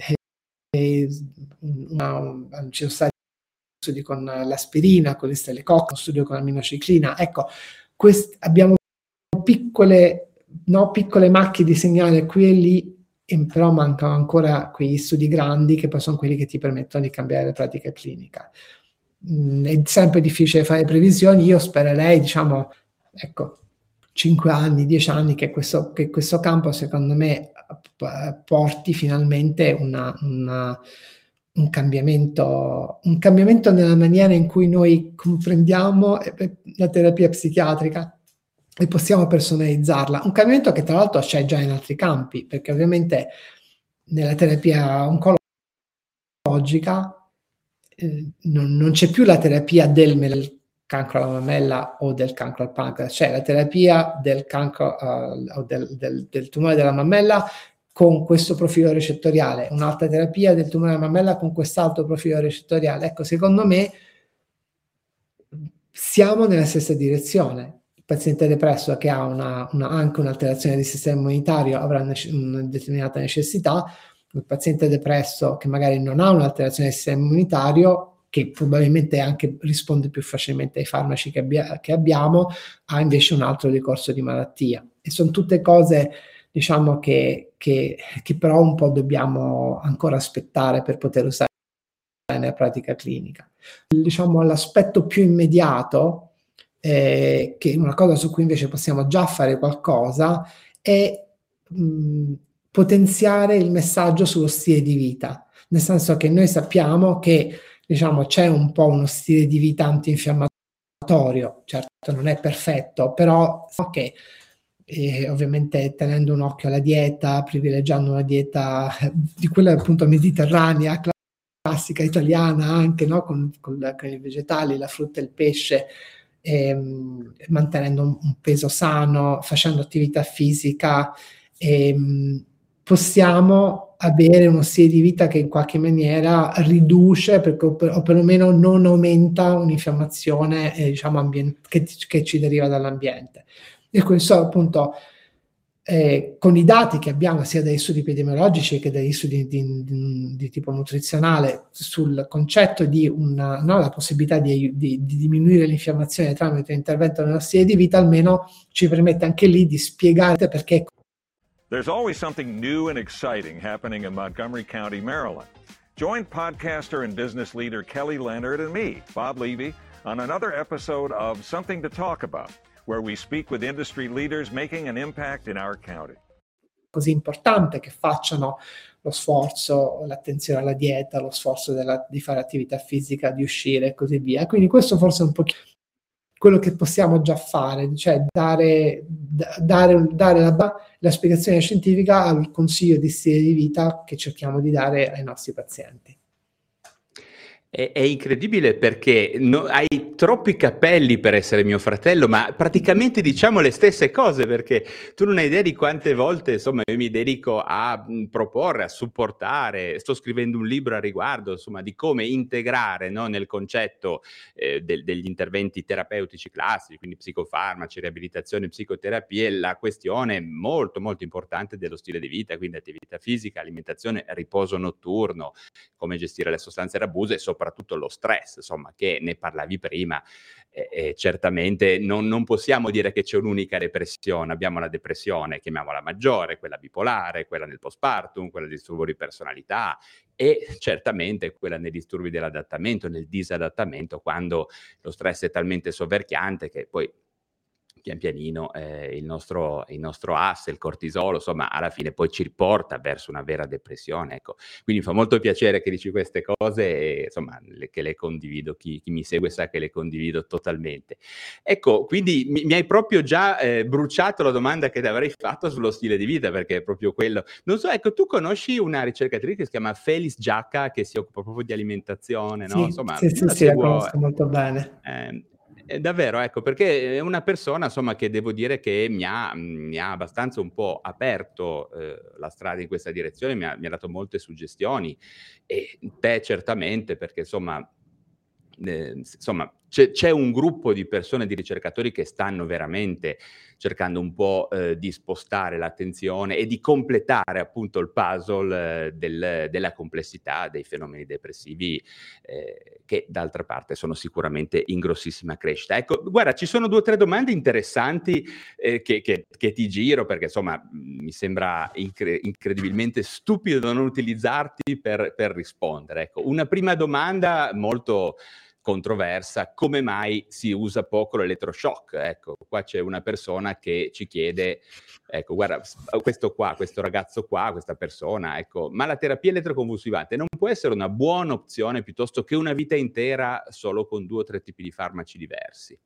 Ci sono stati studi con l'aspirina, con l'Stellecocco, studio con l'aminociclina. Ecco, abbiamo piccole macchie di segnale qui e lì, però mancano ancora quegli studi grandi che poi sono quelli che ti permettono di cambiare la pratica clinica. È sempre difficile fare previsioni. Io spererei, diciamo, ecco, 5 anni, 10 anni, che questo campo, secondo me, porti finalmente un cambiamento nella maniera in cui noi comprendiamo la terapia psichiatrica e possiamo personalizzarla. Un cambiamento che tra l'altro c'è già in altri campi, perché ovviamente nella terapia oncologica non c'è più la terapia del cancro alla mammella o del cancro al pancreas, c'è la terapia del cancro o del tumore della mammella con questo profilo recettoriale, un'altra terapia del tumore della mammella con quest'altro profilo recettoriale. Ecco, secondo me siamo nella stessa direzione. Il paziente depresso che ha anche un'alterazione del sistema immunitario avrà una determinata necessità. Il paziente depresso che magari non ha un'alterazione del sistema immunitario, che probabilmente anche risponde più facilmente ai farmaci che abbiamo, ha invece un altro ricorso di malattia. E sono tutte cose, diciamo, che però un po' dobbiamo ancora aspettare per poter usare nella pratica clinica. Diciamo, l'aspetto più immediato, che è una cosa su cui invece possiamo già fare qualcosa, è potenziare il messaggio sullo stile di vita, nel senso che noi sappiamo che, diciamo, c'è un po' uno stile di vita antinfiammatorio, certo non è perfetto, però so che ovviamente tenendo un occhio alla dieta, privilegiando una dieta di quella appunto mediterranea, classica italiana anche, no? con i vegetali, la frutta e il pesce, mantenendo un peso sano, facendo attività fisica, possiamo avere uno stile di vita che in qualche maniera riduce o perlomeno non aumenta un'infiammazione diciamo che ci deriva dall'ambiente. E questo appunto con i dati che abbiamo sia dagli studi epidemiologici che dagli studi di tipo nutrizionale sul concetto di la possibilità di diminuire l'infiammazione tramite l'intervento nello stile di vita, almeno ci permette anche lì di spiegare perché. There's always something new and exciting happening in Montgomery County, Maryland. Join podcaster and business leader Kelly Leonard and me, Bob Levy, on another episode of Something to Talk About, where we speak with industry leaders making an impact in our county. Così importante che facciano lo sforzo, l'attenzione alla dieta, lo sforzo di fare attività fisica, di uscire e così via. Quindi questo forse è un po' quello che possiamo già fare, cioè dare la spiegazione scientifica al consiglio di stile di vita che cerchiamo di dare ai nostri pazienti. È incredibile perché hai troppi capelli per essere mio fratello, ma praticamente diciamo le stesse cose, perché tu non hai idea di quante volte, insomma, io mi dedico a proporre, a supportare, sto scrivendo un libro a riguardo, insomma, di come integrare, no, nel concetto degli interventi terapeutici classici, quindi psicofarmaci, riabilitazione, psicoterapie, la questione molto molto importante dello stile di vita, quindi attività fisica, alimentazione, riposo notturno, come gestire le sostanze rabuse e soprattutto lo stress, insomma, che ne parlavi prima. Certamente non possiamo dire che c'è un'unica depressione, abbiamo la depressione, chiamiamola maggiore, quella bipolare, quella nel postpartum, quella di disturbo di personalità e certamente quella nei disturbi dell'adattamento, nel disadattamento, quando lo stress è talmente soverchiante che poi pian pianino il nostro asse, il cortisolo, insomma, alla fine poi ci riporta verso una vera depressione, ecco. Quindi mi fa molto piacere che dici queste cose e, insomma, che le condivido. Chi mi segue sa che le condivido totalmente. Ecco, quindi mi hai proprio già bruciato la domanda che ti avrei fatto sullo stile di vita, perché è proprio quello. Non so, ecco, tu conosci una ricercatrice che si chiama Felice Giacca, che si occupa proprio di alimentazione, no? Sì, Insomma, sì, la conosco molto bene. Davvero, ecco, perché è una persona, insomma, che devo dire che mi ha abbastanza un po' aperto la strada in questa direzione, mi ha dato molte suggestioni, e te certamente, perché insomma c'è un gruppo di persone, di ricercatori, che stanno veramente cercando un po' di spostare l'attenzione e di completare appunto il puzzle della complessità dei fenomeni depressivi, che d'altra parte sono sicuramente in grossissima crescita. Ecco, guarda, ci sono 2 o 3 domande interessanti che ti giro, perché insomma mi sembra incredibilmente stupido non utilizzarti per rispondere. Ecco, una prima domanda molto controversa: come mai si usa poco l'elettroshock? Ecco, qua c'è una persona che ci chiede, ecco, guarda, questo ragazzo qua, questa persona, ecco, ma la terapia elettroconvulsivante non può essere una buona opzione piuttosto che una vita intera solo con 2 o 3 tipi di farmaci diversi?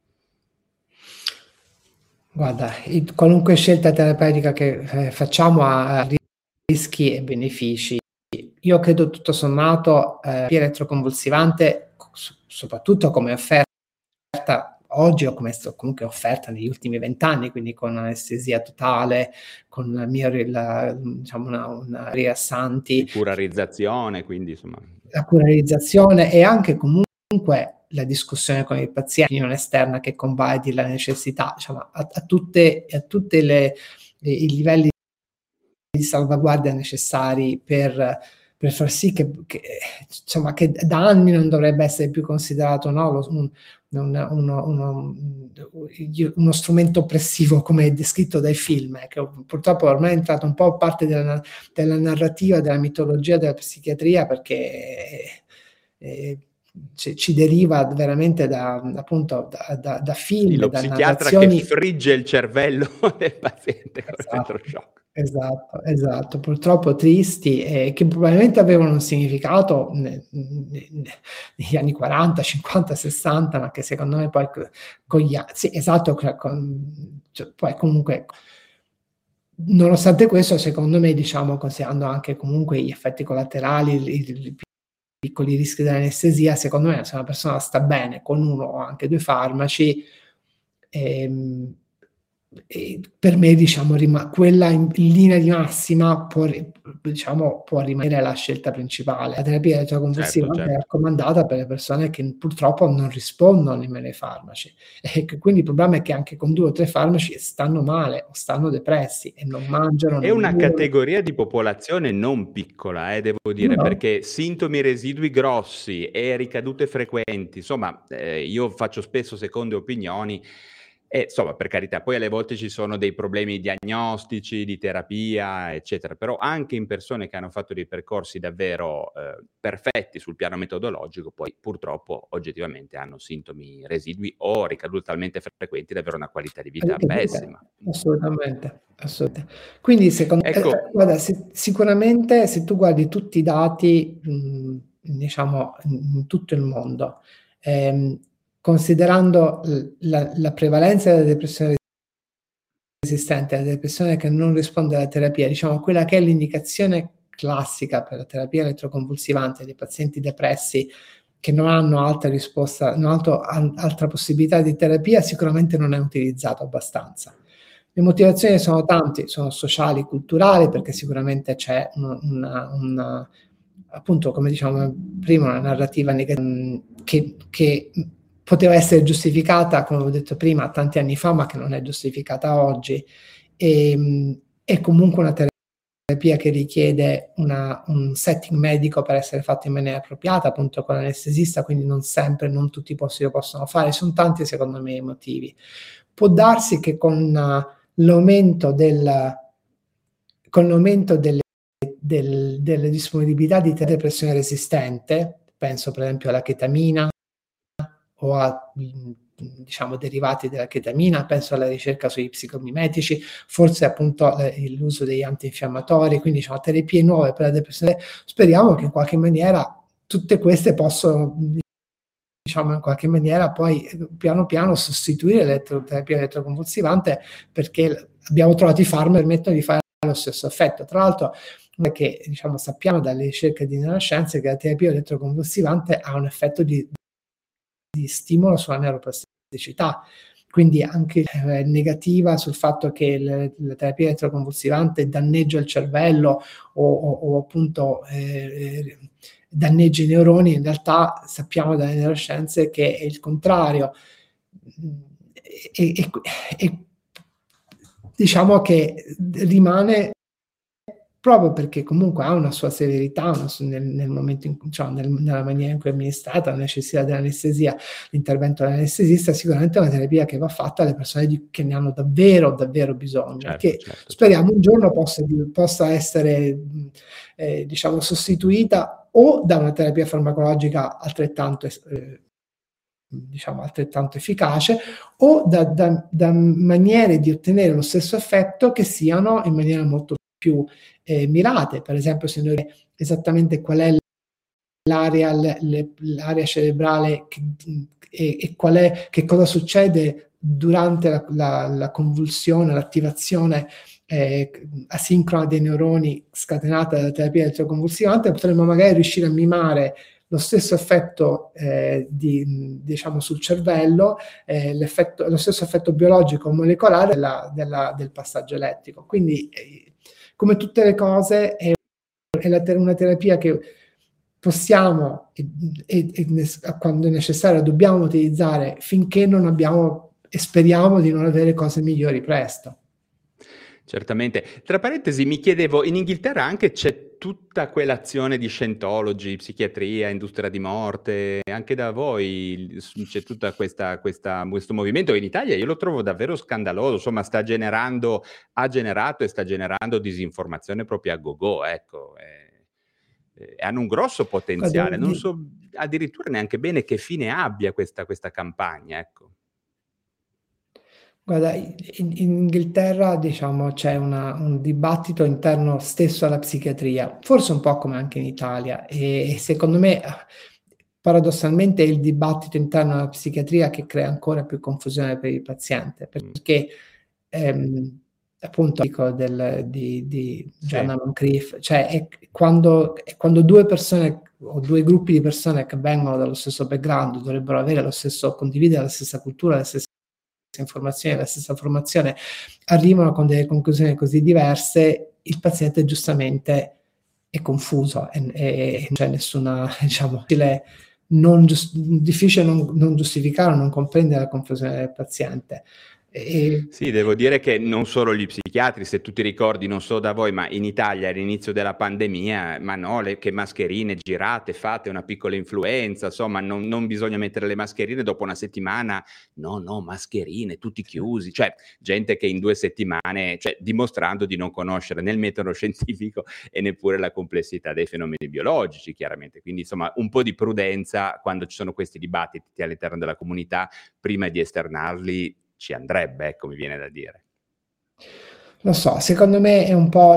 Guarda, qualunque scelta terapeutica che facciamo ha rischi e benefici. Io credo tutto sommato terapia elettroconvulsivante, soprattutto come offerta oggi, o come comunque offerta negli ultimi 20 anni, quindi con anestesia totale, con diciamo una rilassanti, Curarizzazione, quindi insomma. la curarizzazione, e anche comunque la discussione con il paziente, non esterna, che convalidi la necessità, diciamo, a tutte i livelli di salvaguardia necessari per far sì che insomma, che da anni non dovrebbe essere più considerato, no, uno strumento oppressivo come è descritto dai film, che purtroppo ormai è entrato un po' parte della narrativa, della mitologia della psichiatria, perché ci deriva veramente da film, Lo da psichiatra narrazioni che frigge il cervello del paziente con l'elettroshock. Esatto, purtroppo tristi, che probabilmente avevano un significato negli anni 40, 50, 60, ma che secondo me poi sì, esatto, poi comunque, nonostante questo, secondo me, diciamo, considerando anche comunque gli effetti collaterali, i piccoli rischi dell'anestesia, secondo me, se una persona sta bene con 1 o anche 2 farmaci, per me, diciamo, quella in linea di massima può rimanere la scelta principale. La terapia elettroconvulsiva è raccomandata per le persone che purtroppo non rispondono nemmeno ai farmaci, e quindi il problema è che anche con 2 o 3 farmaci stanno male o stanno depressi e non mangiano. È una categoria di popolazione non piccola, devo dire, perché sintomi residui grossi e ricadute frequenti, insomma, io faccio spesso seconde opinioni, e insomma, per carità, poi alle volte ci sono dei problemi diagnostici, di terapia, eccetera, però anche in persone che hanno fatto dei percorsi davvero perfetti sul piano metodologico, poi purtroppo oggettivamente hanno sintomi residui o ricadute talmente frequenti da avere una qualità di vita pessima. Assolutamente. Quindi secondo me, guarda, sicuramente se tu guardi tutti i dati, diciamo, in tutto il mondo, considerando la prevalenza della depressione resistente, la depressione che non risponde alla terapia, diciamo quella che è l'indicazione classica per la terapia elettroconvulsivante dei pazienti depressi che non hanno altra risposta, non altra possibilità di terapia, sicuramente non è utilizzato abbastanza. Le motivazioni sono tante, sono sociali, culturali, perché sicuramente c'è appunto, come diciamo prima, una narrativa che poteva essere giustificata, come ho detto prima, tanti anni fa, ma che non è giustificata oggi, e comunque una terapia che richiede un setting medico per essere fatta in maniera appropriata, appunto con l'anestesista, quindi non sempre, non tutti i posti lo possono fare, sono tanti secondo me i motivi. Può darsi che con l'aumento delle disponibilità di depressione resistente, penso per esempio alla chetamina o a diciamo derivati della chetamina, penso alla ricerca sugli psicomimetici, forse appunto l'uso degli antinfiammatori, quindi diciamo terapie nuove per la depressione. Speriamo che in qualche maniera tutte queste possono, diciamo, in qualche maniera poi piano piano sostituire la terapia elettroconvulsivante, perché abbiamo trovato i farmaci che permettono di fare lo stesso effetto. Tra l'altro, che diciamo sappiamo dalle ricerche di neuroscienze che la terapia elettroconvulsivante ha un effetto di stimolo sulla neuroplasticità, tossicità. Quindi anche negativa sul fatto che la terapia elettroconvulsivante danneggia il cervello o appunto danneggia i neuroni, in realtà sappiamo dalle neuroscienze che è il contrario. E diciamo che rimane proprio perché comunque ha una sua severità nel momento nella maniera in cui è amministrata, la necessità dell'anestesia, l'intervento dell'anestesista, è sicuramente una terapia che va fatta alle persone che ne hanno davvero, davvero bisogno, che speriamo un giorno possa essere sostituita o da una terapia farmacologica altrettanto efficace, o da maniere di ottenere lo stesso effetto che siano in maniera molto più mirate. Per esempio, se noi esattamente qual è l'area cerebrale e qual è, che cosa succede durante la convulsione, l'attivazione asincrona dei neuroni scatenata dalla terapia elettroconvulsivante, potremmo magari riuscire a mimare lo stesso effetto sul cervello, lo stesso effetto biologico molecolare del passaggio elettrico. Quindi, come tutte le cose, è una terapia che possiamo e quando è necessario dobbiamo utilizzare finché non abbiamo, e speriamo di non avere cose migliori presto. Certamente. Tra parentesi, mi chiedevo, in Inghilterra anche c'è tutta quell'azione di Scientology, psichiatria, industria di morte, anche da voi c'è tutta questo movimento. In Italia io lo trovo davvero scandaloso, insomma ha generato e sta generando disinformazione proprio a go-go, ecco. Hanno un grosso potenziale, non so addirittura neanche bene che fine abbia questa campagna, ecco. Guarda, in Inghilterra, diciamo, c'è un dibattito interno stesso alla psichiatria, forse un po' come anche in Italia, e secondo me, paradossalmente, è il dibattito interno alla psichiatria che crea ancora più confusione per il paziente, perché appunto dico di Gianna Moncrief, cioè è quando due persone o due gruppi di persone che vengono dallo stesso background dovrebbero avere condividere la stessa cultura, la stessa informazioni, la stessa formazione, arrivano con delle conclusioni così diverse, il paziente giustamente è confuso e non c'è nessuna, difficile non giustificare o non comprendere la confusione del paziente. Sì, devo dire che non solo gli psichiatri, se tu ti ricordi, non so da voi, ma in Italia all'inizio della pandemia, ma no, che mascherine girate, fate una piccola influenza, insomma, non bisogna mettere le mascherine dopo una settimana, no, mascherine, tutti chiusi, cioè gente che in 2 settimane, cioè dimostrando di non conoscere né il metodo scientifico e neppure la complessità dei fenomeni biologici, chiaramente. Quindi, insomma, un po' di prudenza quando ci sono questi dibattiti all'interno della comunità, prima di esternarli, ci andrebbe, ecco, mi viene da dire. Lo so, secondo me è un po',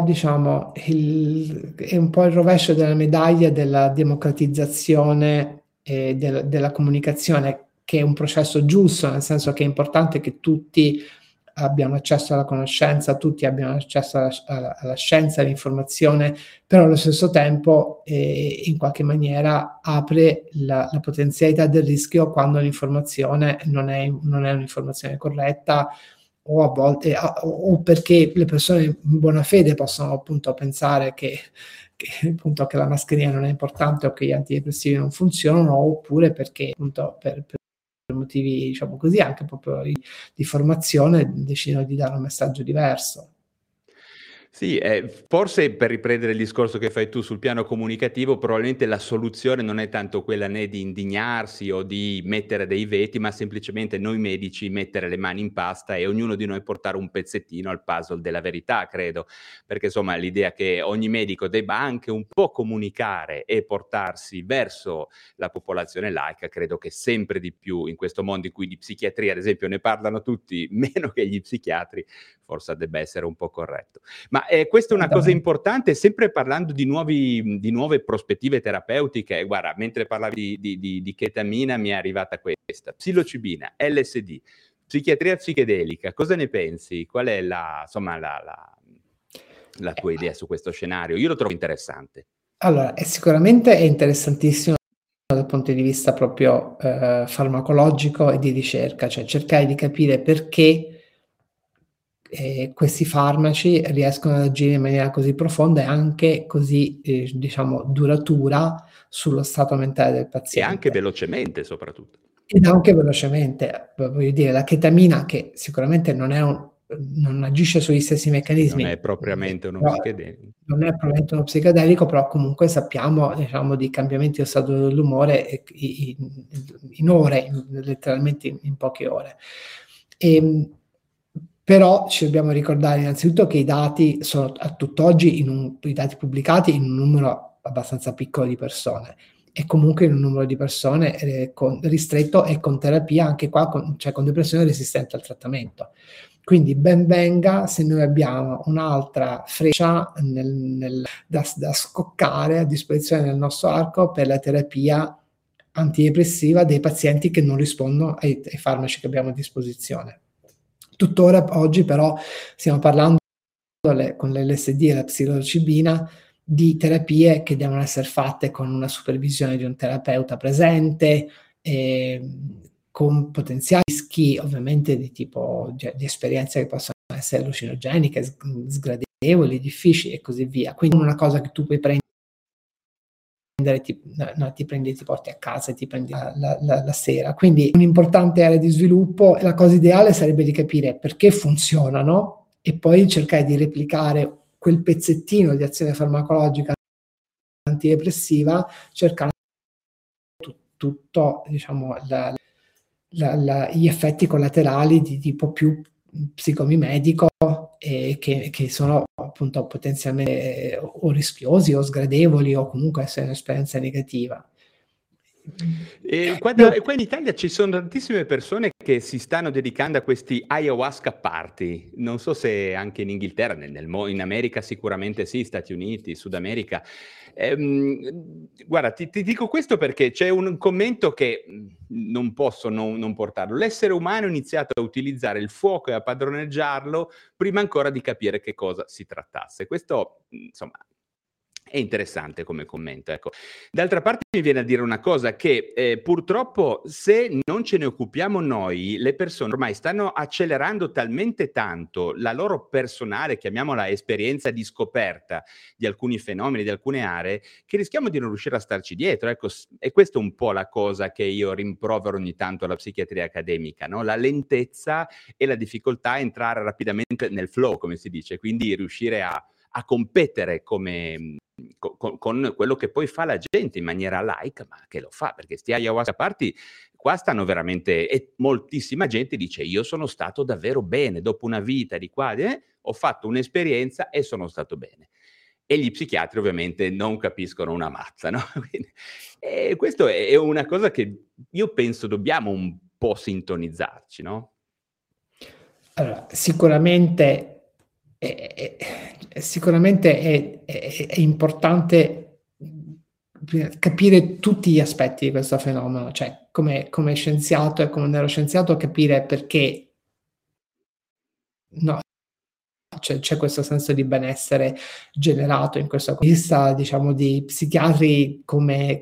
è un po' il rovescio della medaglia della democratizzazione e della comunicazione, che è un processo giusto, nel senso che è importante che tutti abbiano accesso alla conoscenza, tutti abbiano accesso alla scienza, all'informazione, però allo stesso tempo in qualche maniera apre la potenzialità del rischio quando l'informazione non è un'informazione corretta, o a volte o perché le persone in buona fede possono appunto pensare che appunto che la mascherina non è importante o che gli antidepressivi non funzionano, oppure perché appunto per motivi, diciamo così, anche proprio di formazione, decidono di dare un messaggio diverso. Sì, forse per riprendere il discorso che fai tu sul piano comunicativo, probabilmente la soluzione non è tanto quella né di indignarsi o di mettere dei veti, ma semplicemente noi medici mettere le mani in pasta e ognuno di noi portare un pezzettino al puzzle della verità, credo. Perché insomma l'idea che ogni medico debba anche un po' comunicare e portarsi verso la popolazione laica, credo che sempre di più in questo mondo in cui di psichiatria, ad esempio, ne parlano tutti meno che gli psichiatri, forse debba essere un po' corretto. Ma questa è una cosa importante, sempre parlando di nuove prospettive terapeutiche. Guarda, mentre parlavi di ketamina mi è arrivata questa, psilocibina, LSD, psichiatria psichedelica, cosa ne pensi? Qual è la tua idea su questo scenario? Io lo trovo interessante. Allora, sicuramente è interessantissimo dal punto di vista proprio farmacologico e di ricerca, cioè cercare di capire perché questi farmaci riescono ad agire in maniera così profonda e anche così, diciamo, duratura sullo stato mentale del E paziente. anche velocemente soprattutto. Ed anche velocemente, voglio dire, la chetamina, che sicuramente non agisce sugli stessi meccanismi. Non è propriamente uno però psichedelico. Non è propriamente uno psichedelico, però comunque sappiamo, diciamo, di cambiamenti dello stato dell'umore in ore, letteralmente in poche ore. Però ci dobbiamo ricordare innanzitutto che i dati sono a tutt'oggi, i dati pubblicati, in un numero abbastanza piccolo di persone, e comunque in un numero di persone ristretto e con terapia anche qua, cioè con depressione resistente al trattamento. Quindi ben venga se noi abbiamo un'altra freccia da scoccare a disposizione del nostro arco per la terapia antidepressiva dei pazienti che non rispondono ai farmaci che abbiamo a disposizione. Tuttora oggi però stiamo parlando con l'LSD e la psilocibina di terapie che devono essere fatte con una supervisione di un terapeuta presente, con potenziali rischi ovviamente di tipo di esperienze che possono essere allucinogeniche, sgradevoli, difficili e così via. Quindi una cosa che tu puoi prendere, ti prendi, ti porti a casa e ti prendi la sera. Quindi un'importante area di sviluppo, e la cosa ideale sarebbe di capire perché funzionano e poi cercare di replicare quel pezzettino di azione farmacologica antidepressiva, cercando tutto, diciamo, gli effetti collaterali di tipo più psicomimetico, e che sono appunto potenzialmente o rischiosi o sgradevoli o comunque essere un'esperienza negativa. Qua in Italia ci sono tantissime persone che si stanno dedicando a questi ayahuasca party. Non so se anche in Inghilterra, in America sicuramente sì, Stati Uniti, Sud America. Guarda, ti dico questo perché c'è un commento che non posso non portarlo. L'essere umano ha iniziato a utilizzare il fuoco e a padroneggiarlo prima ancora di capire che cosa si trattasse. Questo, insomma, è interessante come commento, ecco. D'altra parte mi viene a dire una cosa, che purtroppo se non ce ne occupiamo noi, le persone ormai stanno accelerando talmente tanto la loro personale, chiamiamola esperienza di scoperta di alcuni fenomeni, di alcune aree, che rischiamo di non riuscire a starci dietro, ecco. E questa è un po' la cosa che io rimprovero ogni tanto alla psichiatria accademica, no? La lentezza e la difficoltà a entrare rapidamente nel flow, come si dice, quindi riuscire a competere come con quello che poi fa la gente in maniera laica, ma che lo fa, perché sti ayahuasca party qua stanno veramente, e moltissima gente dice io sono stato davvero bene, dopo una vita di qua, ho fatto un'esperienza e sono stato bene. E gli psichiatri ovviamente non capiscono una mazza, no? Quindi, questo è una cosa che io penso dobbiamo un po' sintonizzarci, no? Allora, sicuramente è importante capire tutti gli aspetti di questo fenomeno, cioè come scienziato e come neuroscienziato capire perché no, c'è questo senso di benessere generato in questo vista, diciamo, di psichiatri come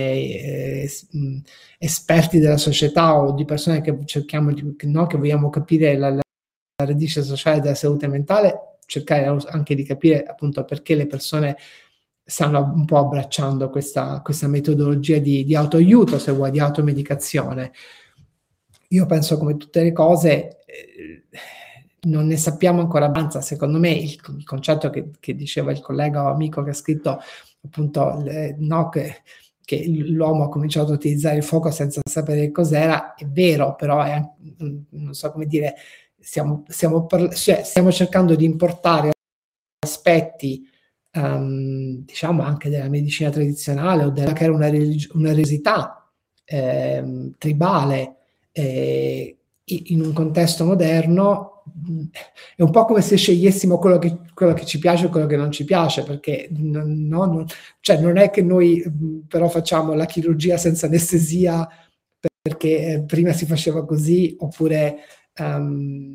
esperti della società o di persone che cerchiamo che vogliamo capire la radice sociale della salute mentale, cercare anche di capire appunto perché le persone stanno un po' abbracciando questa metodologia di autoaiuto, se vuoi, di automedicazione. Io penso, come tutte le cose, non ne sappiamo ancora abbastanza. Secondo me il concetto che diceva il collega amico che ha scritto appunto che l'uomo ha cominciato a utilizzare il fuoco senza sapere cos'era, è vero, però non so come dire, stiamo cercando di importare aspetti diciamo anche della medicina tradizionale o della che era una religiosità tribale in un contesto moderno. È un po' come se scegliessimo quello che ci piace e quello che non ci piace, perché cioè non è che noi però facciamo la chirurgia senza anestesia perché prima si faceva così, oppure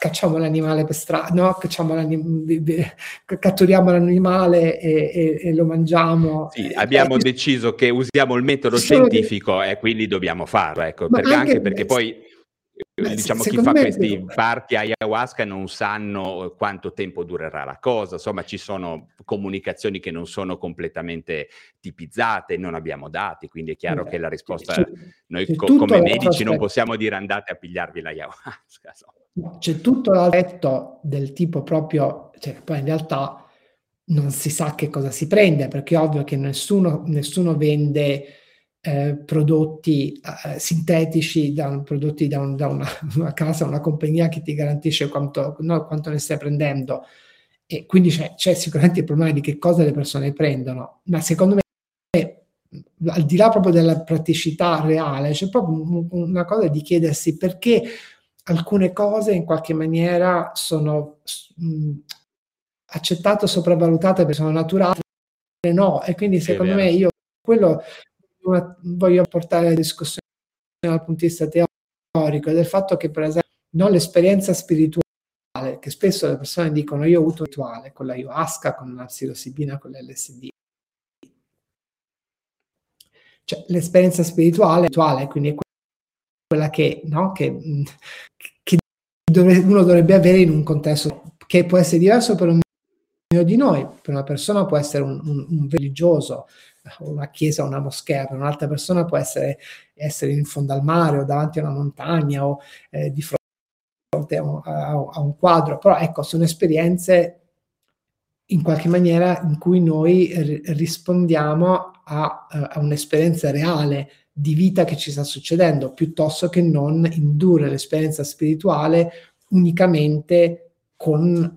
cacciamo l'animale per strada, no? Catturiamo l'animale e lo mangiamo. Sì, abbiamo deciso che usiamo il metodo scientifico e quindi dobbiamo farlo, ecco, anche perché poi diciamo chi fa questi party ayahuasca non sanno quanto tempo durerà la cosa, insomma ci sono comunicazioni che non sono completamente tipizzate, non abbiamo dati, quindi è chiaro che la risposta, noi come medici non possiamo dire andate a pigliarvi l'ayahuasca. C'è tutto l'aspetto del tipo proprio, cioè poi in realtà non si sa che cosa si prende, perché è ovvio che nessuno vende prodotti sintetici, prodotti da una casa, una compagnia che ti garantisce quanto ne stai prendendo, e quindi c'è sicuramente il problema di che cosa le persone prendono, ma secondo me al di là proprio della praticità reale c'è proprio una cosa di chiedersi perché alcune cose in qualche maniera sono accettate o sopravvalutate perché sono naturali, no, e quindi secondo me io quello voglio portare la discussione dal punto di vista teorico, del fatto che per esempio l'esperienza spirituale, che spesso le persone dicono io ho avuto un rituale con l'ayahuasca, con la psilocibina, con l'LSD, cioè l'esperienza spirituale, quindi è quella che uno dovrebbe avere in un contesto che può essere diverso per ognuno di noi. Per una persona può essere un religioso, una chiesa, una moschea, per un'altra persona può essere in fondo al mare o davanti a una montagna o di fronte a un quadro, però ecco, sono esperienze in qualche maniera in cui noi rispondiamo a un'esperienza reale di vita che ci sta succedendo, piuttosto che non indurre l'esperienza spirituale unicamente con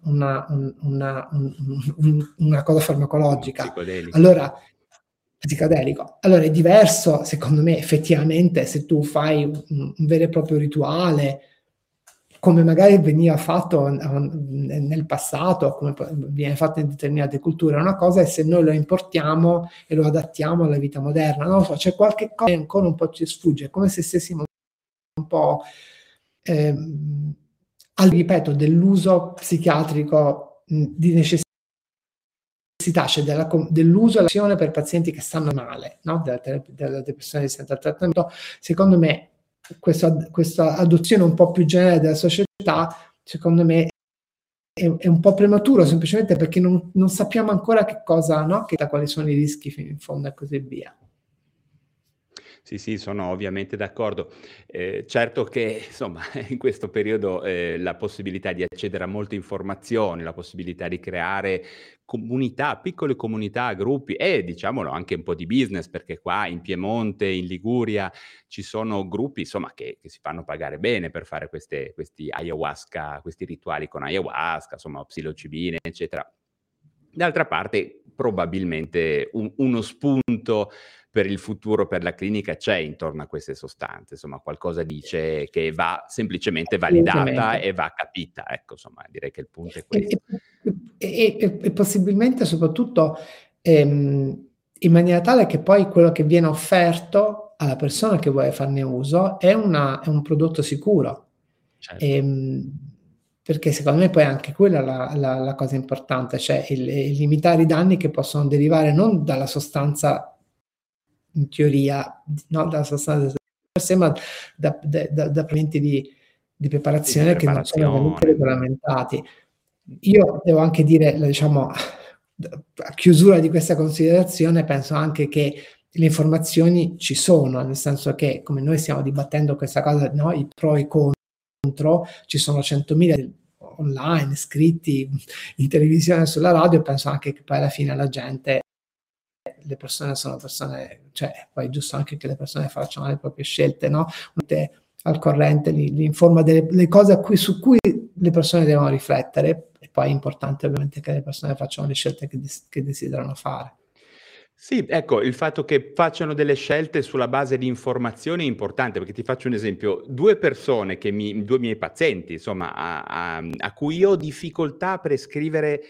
una cosa farmacologica. Psicodelico. Allora è diverso, secondo me, effettivamente, se tu fai un vero e proprio rituale, come magari veniva fatto nel passato, come viene fatto in determinate culture, una cosa è se noi lo importiamo e lo adattiamo alla vita moderna. Non lo so, c'è qualche cosa che ancora un po' ci sfugge, è come se stessimo un po', ripeto, dell'uso psichiatrico di necessità, cioè dell'uso e l'azione per pazienti che stanno male, no? della depressione resistente al trattamento. Secondo me questa adozione un po' più generale della società, secondo me è un po' prematuro, semplicemente perché non sappiamo ancora che cosa, no? Quali sono i rischi fino in fondo e così via. Sì, sono ovviamente d'accordo. Certo che insomma in questo periodo la possibilità di accedere a molte informazioni, la possibilità di creare comunità, piccole comunità, gruppi e diciamolo anche un po' di business, perché qua in Piemonte, in Liguria ci sono gruppi insomma che si fanno pagare bene per fare questi ayahuasca, questi rituali con ayahuasca, insomma psilocibine, eccetera. D'altra parte probabilmente uno spunto per il futuro, per la clinica c'è intorno a queste sostanze, insomma qualcosa dice che va semplicemente validata e va capita, ecco, insomma direi che il punto è questo. E possibilmente soprattutto in maniera tale che poi quello che viene offerto alla persona che vuole farne uso è un prodotto sicuro. Certo. Perché secondo me poi anche quella è la cosa importante, cioè il limitare i danni che possono derivare non dalla sostanza in teoria, no, dalla sostanza per sé, ma da proventi di preparazione che non sono ovviamente regolamentati. Io devo anche dire, diciamo, a chiusura di questa considerazione, penso anche che le informazioni ci sono, nel senso che come noi stiamo dibattendo questa cosa, no, i pro e i contro, ci sono 100.000 online, scritti in televisione, sulla radio, e penso anche che poi alla fine la gente, le persone sono persone, cioè poi è giusto anche che le persone facciano le proprie scelte, no? Al corrente, li informa delle cose su cui le persone devono riflettere, e poi è importante ovviamente che le persone facciano le scelte che desiderano fare. Sì, ecco, il fatto che facciano delle scelte sulla base di informazioni è importante, perché ti faccio un esempio: due miei pazienti, insomma, a cui io ho difficoltà a prescrivere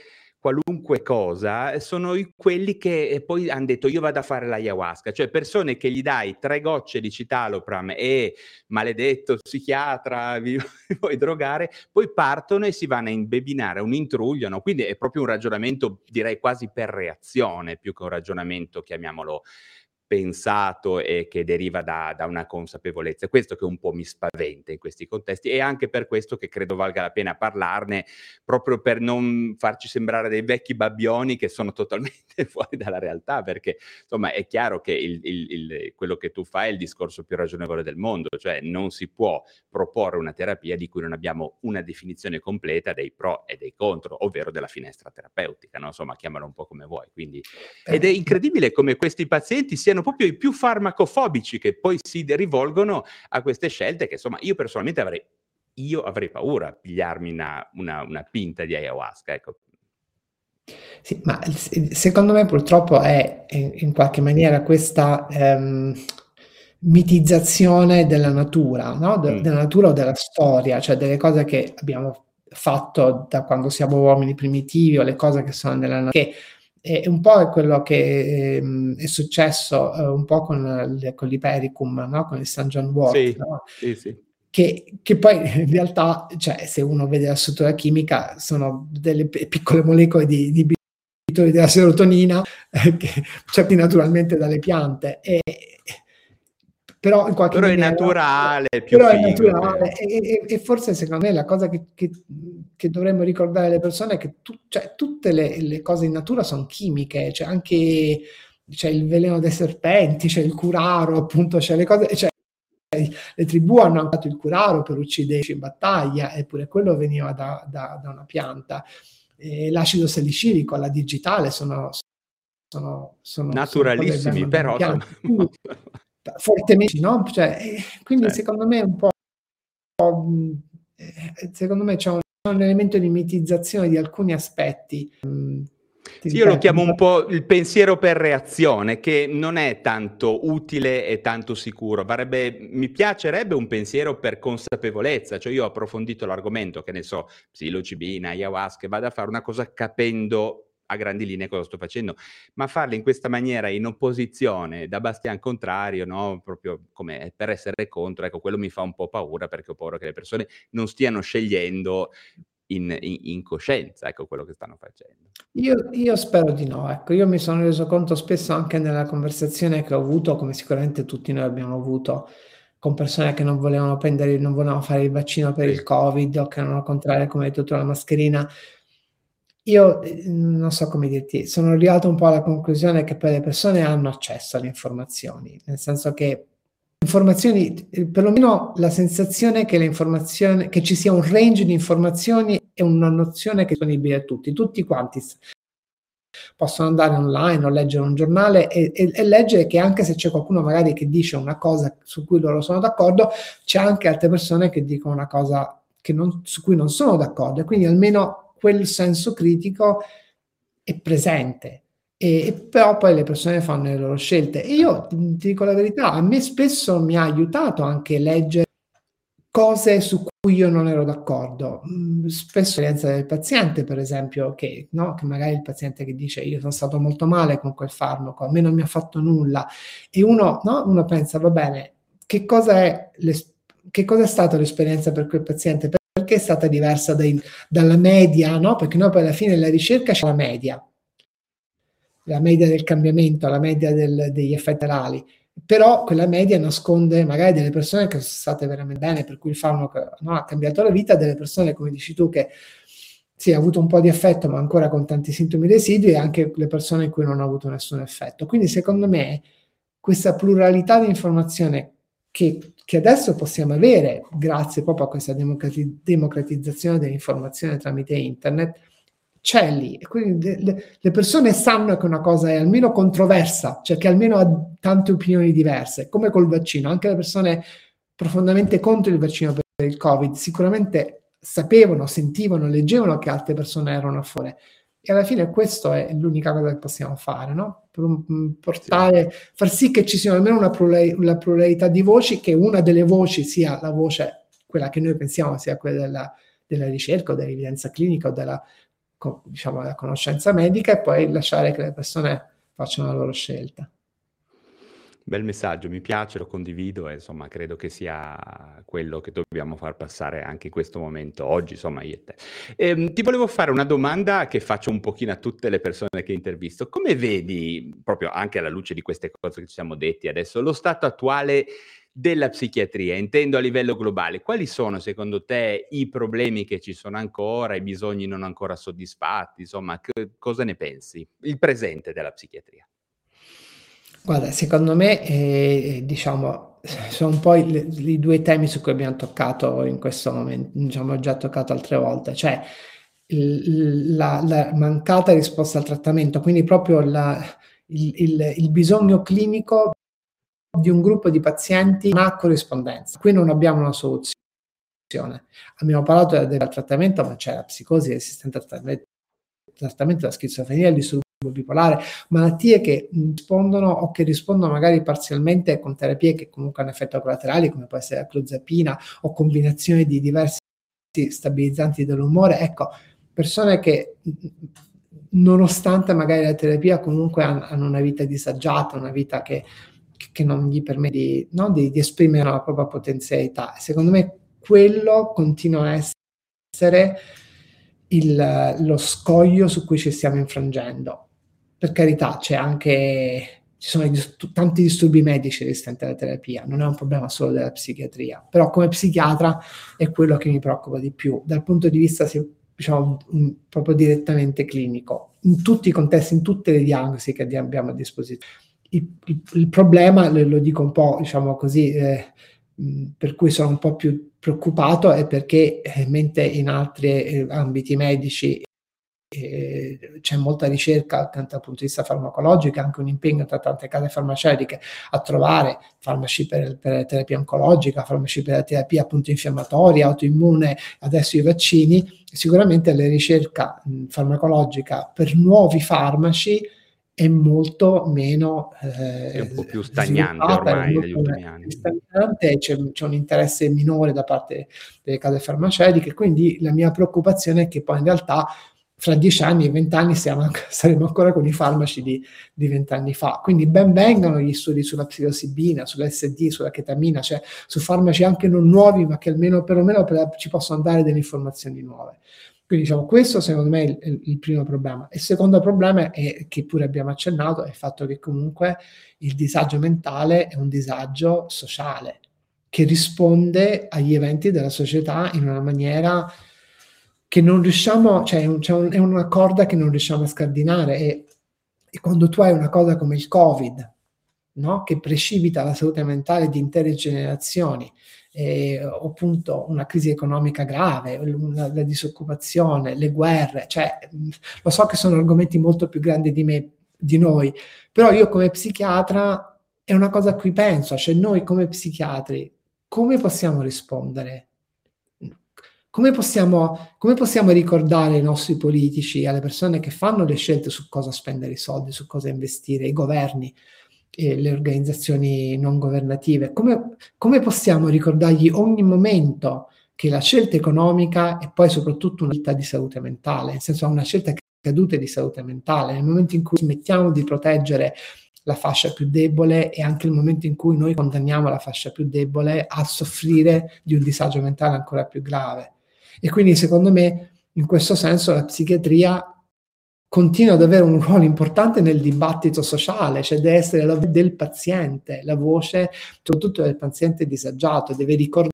qualunque cosa sono quelli che poi hanno detto io vado a fare l'ayahuasca, cioè persone che gli dai 3 gocce di citalopram e maledetto psichiatra vi vuoi drogare, poi partono e si vanno a imbebinare un intruglio, no? Quindi è proprio un ragionamento direi quasi per reazione più che un ragionamento, chiamiamolo, pensato e che deriva da una consapevolezza. È questo che un po' mi spaventa in questi contesti e anche per questo che credo valga la pena parlarne, proprio per non farci sembrare dei vecchi babbioni che sono totalmente fuori dalla realtà, perché insomma è chiaro che quello che tu fai è il discorso più ragionevole del mondo, cioè non si può proporre una terapia di cui non abbiamo una definizione completa dei pro e dei contro, ovvero della finestra terapeutica, no? Insomma, chiamalo un po' come vuoi. Quindi, ed è incredibile come questi pazienti siano proprio i più farmacofobici che poi si rivolgono a queste scelte che, insomma, io personalmente avrei paura a pigliarmi una pinta di ayahuasca, ecco. Sì, ma secondo me purtroppo è in qualche maniera questa mitizzazione della natura, no? Della natura o della storia, cioè delle cose che abbiamo fatto da quando siamo uomini primitivi o le cose che sono nella natura, che è un po' quello che è successo un po' con l'Ipericum, no? Con il St. John Wort, Sì, no? sì. Che poi in realtà, cioè, se uno vede la struttura chimica, sono delle piccole molecole di inibitori della serotonina che certi naturalmente dalle piante. Però in qualche Però maniera è naturale, più però è figo. naturale e forse secondo me la cosa che dovremmo ricordare alle persone è che cioè, tutte le cose in natura sono chimiche, cioè anche c'è il veleno dei serpenti, c'è il curaro, appunto, c'è le cose, cioè, le tribù hanno usato il curaro per ucciderci in battaglia, eppure quello veniva da una pianta. L'acido salicilico, la digitale sono naturalissimi, cose che però vengono da piante. Fortemente, no? Cioè, quindi certo. secondo me è un po', secondo me c'è un elemento di mitizzazione di alcuni aspetti. Sì, io lo chiamo un po' il pensiero per reazione, che non è tanto utile e tanto sicuro. Mi piacerebbe un pensiero per consapevolezza, cioè io ho approfondito l'argomento, che ne so, psilocibina, ayahuasca, vado a fare una cosa capendo a grandi linee cosa sto facendo, ma farlo in questa maniera in opposizione da bastian contrario, no? Proprio come per essere contro, ecco, quello mi fa un po' paura, perché ho paura che le persone non stiano scegliendo in coscienza, ecco, quello che stanno facendo. Io spero di no, ecco, io mi sono reso conto spesso anche nella conversazione che ho avuto, come sicuramente tutti noi abbiamo avuto, con persone che non volevano fare il vaccino per il Covid o che erano contrarie, come hai detto tu, alla mascherina. Io non so come dirti, sono arrivato un po' alla conclusione che poi le persone hanno accesso alle informazioni, nel senso che informazioni, perlomeno la sensazione che che ci sia un range di informazioni e una nozione che è disponibile a tutti quanti possono andare online o leggere un giornale e leggere che anche se c'è qualcuno magari che dice una cosa su cui loro sono d'accordo, c'è anche altre persone che dicono una cosa su cui non sono d'accordo, e quindi almeno quel senso critico è presente. Però poi le persone fanno le loro scelte e io ti dico la verità, a me spesso mi ha aiutato anche leggere cose su cui io non ero d'accordo. Spesso l'esperienza del paziente, per esempio, che magari il paziente che dice io sono stato molto male con quel farmaco, a me non mi ha fatto nulla, e uno pensa, va bene, che cosa è stata l'esperienza per quel paziente? Perché è stata diversa dalla media, no? Perché noi poi alla fine nella ricerca c'è la media del cambiamento, la media degli effetti reali, però quella media nasconde magari delle persone che sono state veramente bene, per cui il farmaco ha cambiato la vita, delle persone, come dici tu, che sì, ha avuto un po' di effetto ma ancora con tanti sintomi residui, e anche le persone in cui non ha avuto nessun effetto. Quindi secondo me questa pluralità di informazione che adesso possiamo avere grazie proprio a questa democratizzazione dell'informazione tramite internet c'è lì, e quindi le persone sanno che una cosa è almeno controversa, cioè che almeno ha tante opinioni diverse, come col vaccino. Anche le persone profondamente contro il vaccino per il Covid sicuramente sapevano, sentivano, leggevano che altre persone erano a favore, e alla fine questa è l'unica cosa che possiamo fare, no? Far sì che ci sia almeno una pluralità di voci, che una delle voci sia la voce, quella che noi pensiamo sia quella della ricerca o dell'evidenza clinica o diciamo, la conoscenza medica e poi lasciare che le persone facciano la loro scelta. Bel messaggio, mi piace, lo condivido e insomma credo che sia quello che dobbiamo far passare anche in questo momento, oggi insomma io e te. Ti volevo fare una domanda che faccio un pochino a tutte le persone che intervisto. Come vedi, proprio anche alla luce di queste cose che ci siamo detti adesso, lo stato attuale della psichiatria, intendo a livello globale? Quali sono secondo te i problemi che ci sono ancora, i bisogni non ancora soddisfatti, insomma cosa ne pensi? Il presente della psichiatria. Guarda, secondo me, diciamo, sono un po' i due temi su cui abbiamo toccato in questo momento, diciamo, ho già toccato altre volte, cioè la mancata risposta al trattamento, quindi proprio il bisogno clinico di un gruppo di pazienti non ha corrispondenza. Qui non abbiamo una soluzione. Abbiamo parlato del trattamento, ma c'è la psicosi resistente al trattamento della schizofrenia, il disturbo bipolare, malattie che rispondono o che rispondono magari parzialmente con terapie che comunque hanno effetto collaterali, come può essere la clozapina o combinazioni di diversi stabilizzanti dell'umore. Ecco, persone che nonostante magari la terapia comunque hanno una vita disagiata, una vita che non gli permette di esprimere la propria potenzialità. Secondo me quello continua a essere lo scoglio su cui ci stiamo infrangendo. Per carità, ci sono tanti disturbi medici resistenti alla terapia, non è un problema solo della psichiatria, però come psichiatra è quello che mi preoccupa di più, dal punto di vista, diciamo, proprio direttamente clinico, in tutti i contesti, in tutte le diagnosi che abbiamo a disposizione. Il problema, lo dico un po', diciamo così, per cui sono un po' più preoccupato è perché mentre in altri ambiti medici c'è molta ricerca dal punto di vista farmacologico, anche un impegno tra tante case farmaceutiche a trovare farmaci per terapia oncologica, farmaci per la terapia appunto infiammatoria, autoimmune, adesso i vaccini. Sicuramente la ricerca farmacologica per nuovi farmaci è molto meno è un po' più stagnante ormai negli ultimi anni. Stagnante, c'è un interesse minore da parte delle case farmaceutiche, quindi la mia preoccupazione è che poi in realtà fra 10 anni e 20 anni saremo ancora con i farmaci di 20 anni fa. Quindi ben vengano gli studi sulla psilocibina, sull'SD, sulla chetamina, cioè su farmaci anche non nuovi, ma che almeno perlomeno ci possono dare delle informazioni nuove. Quindi diciamo, questo secondo me è il primo problema. Il secondo problema è, che pure abbiamo accennato, è il fatto che comunque il disagio mentale è un disagio sociale, che risponde agli eventi della società in una maniera che non riusciamo, cioè è una corda che non riusciamo a scardinare e quando tu hai una cosa come il Covid, no? Che precipita la salute mentale di intere generazioni, o appunto una crisi economica grave, la disoccupazione, le guerre, cioè lo so che sono argomenti molto più grandi di noi, però io come psichiatra è una cosa a cui penso, cioè noi come psichiatri come possiamo rispondere? Come possiamo ricordare ai nostri politici, alle persone che fanno le scelte su cosa spendere i soldi, su cosa investire, i governi, le organizzazioni non governative, come possiamo ricordargli ogni momento che la scelta economica è poi soprattutto una scelta di salute mentale, nel senso una scelta caduta di salute mentale, nel momento in cui smettiamo di proteggere la fascia più debole è anche il momento in cui noi condanniamo la fascia più debole a soffrire di un disagio mentale ancora più grave. E quindi secondo me in questo senso la psichiatria continua ad avere un ruolo importante nel dibattito sociale, cioè deve essere la voce del paziente, la voce soprattutto del paziente disagiato, deve ricordare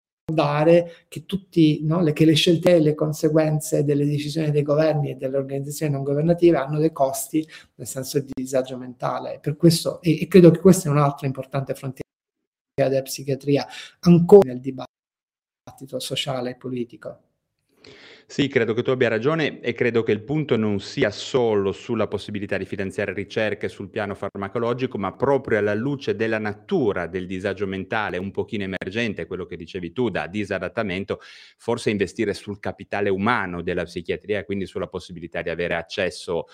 che che le scelte e le conseguenze delle decisioni dei governi e delle organizzazioni non governative hanno dei costi nel senso di disagio mentale. Per questo, e credo che questa è un'altra importante frontiera della psichiatria, ancora nel dibattito sociale e politico. Sì, credo che tu abbia ragione e credo che il punto non sia solo sulla possibilità di finanziare ricerche sul piano farmacologico, ma proprio alla luce della natura del disagio mentale un pochino emergente, quello che dicevi tu, da disadattamento, forse investire sul capitale umano della psichiatria e quindi sulla possibilità di avere accesso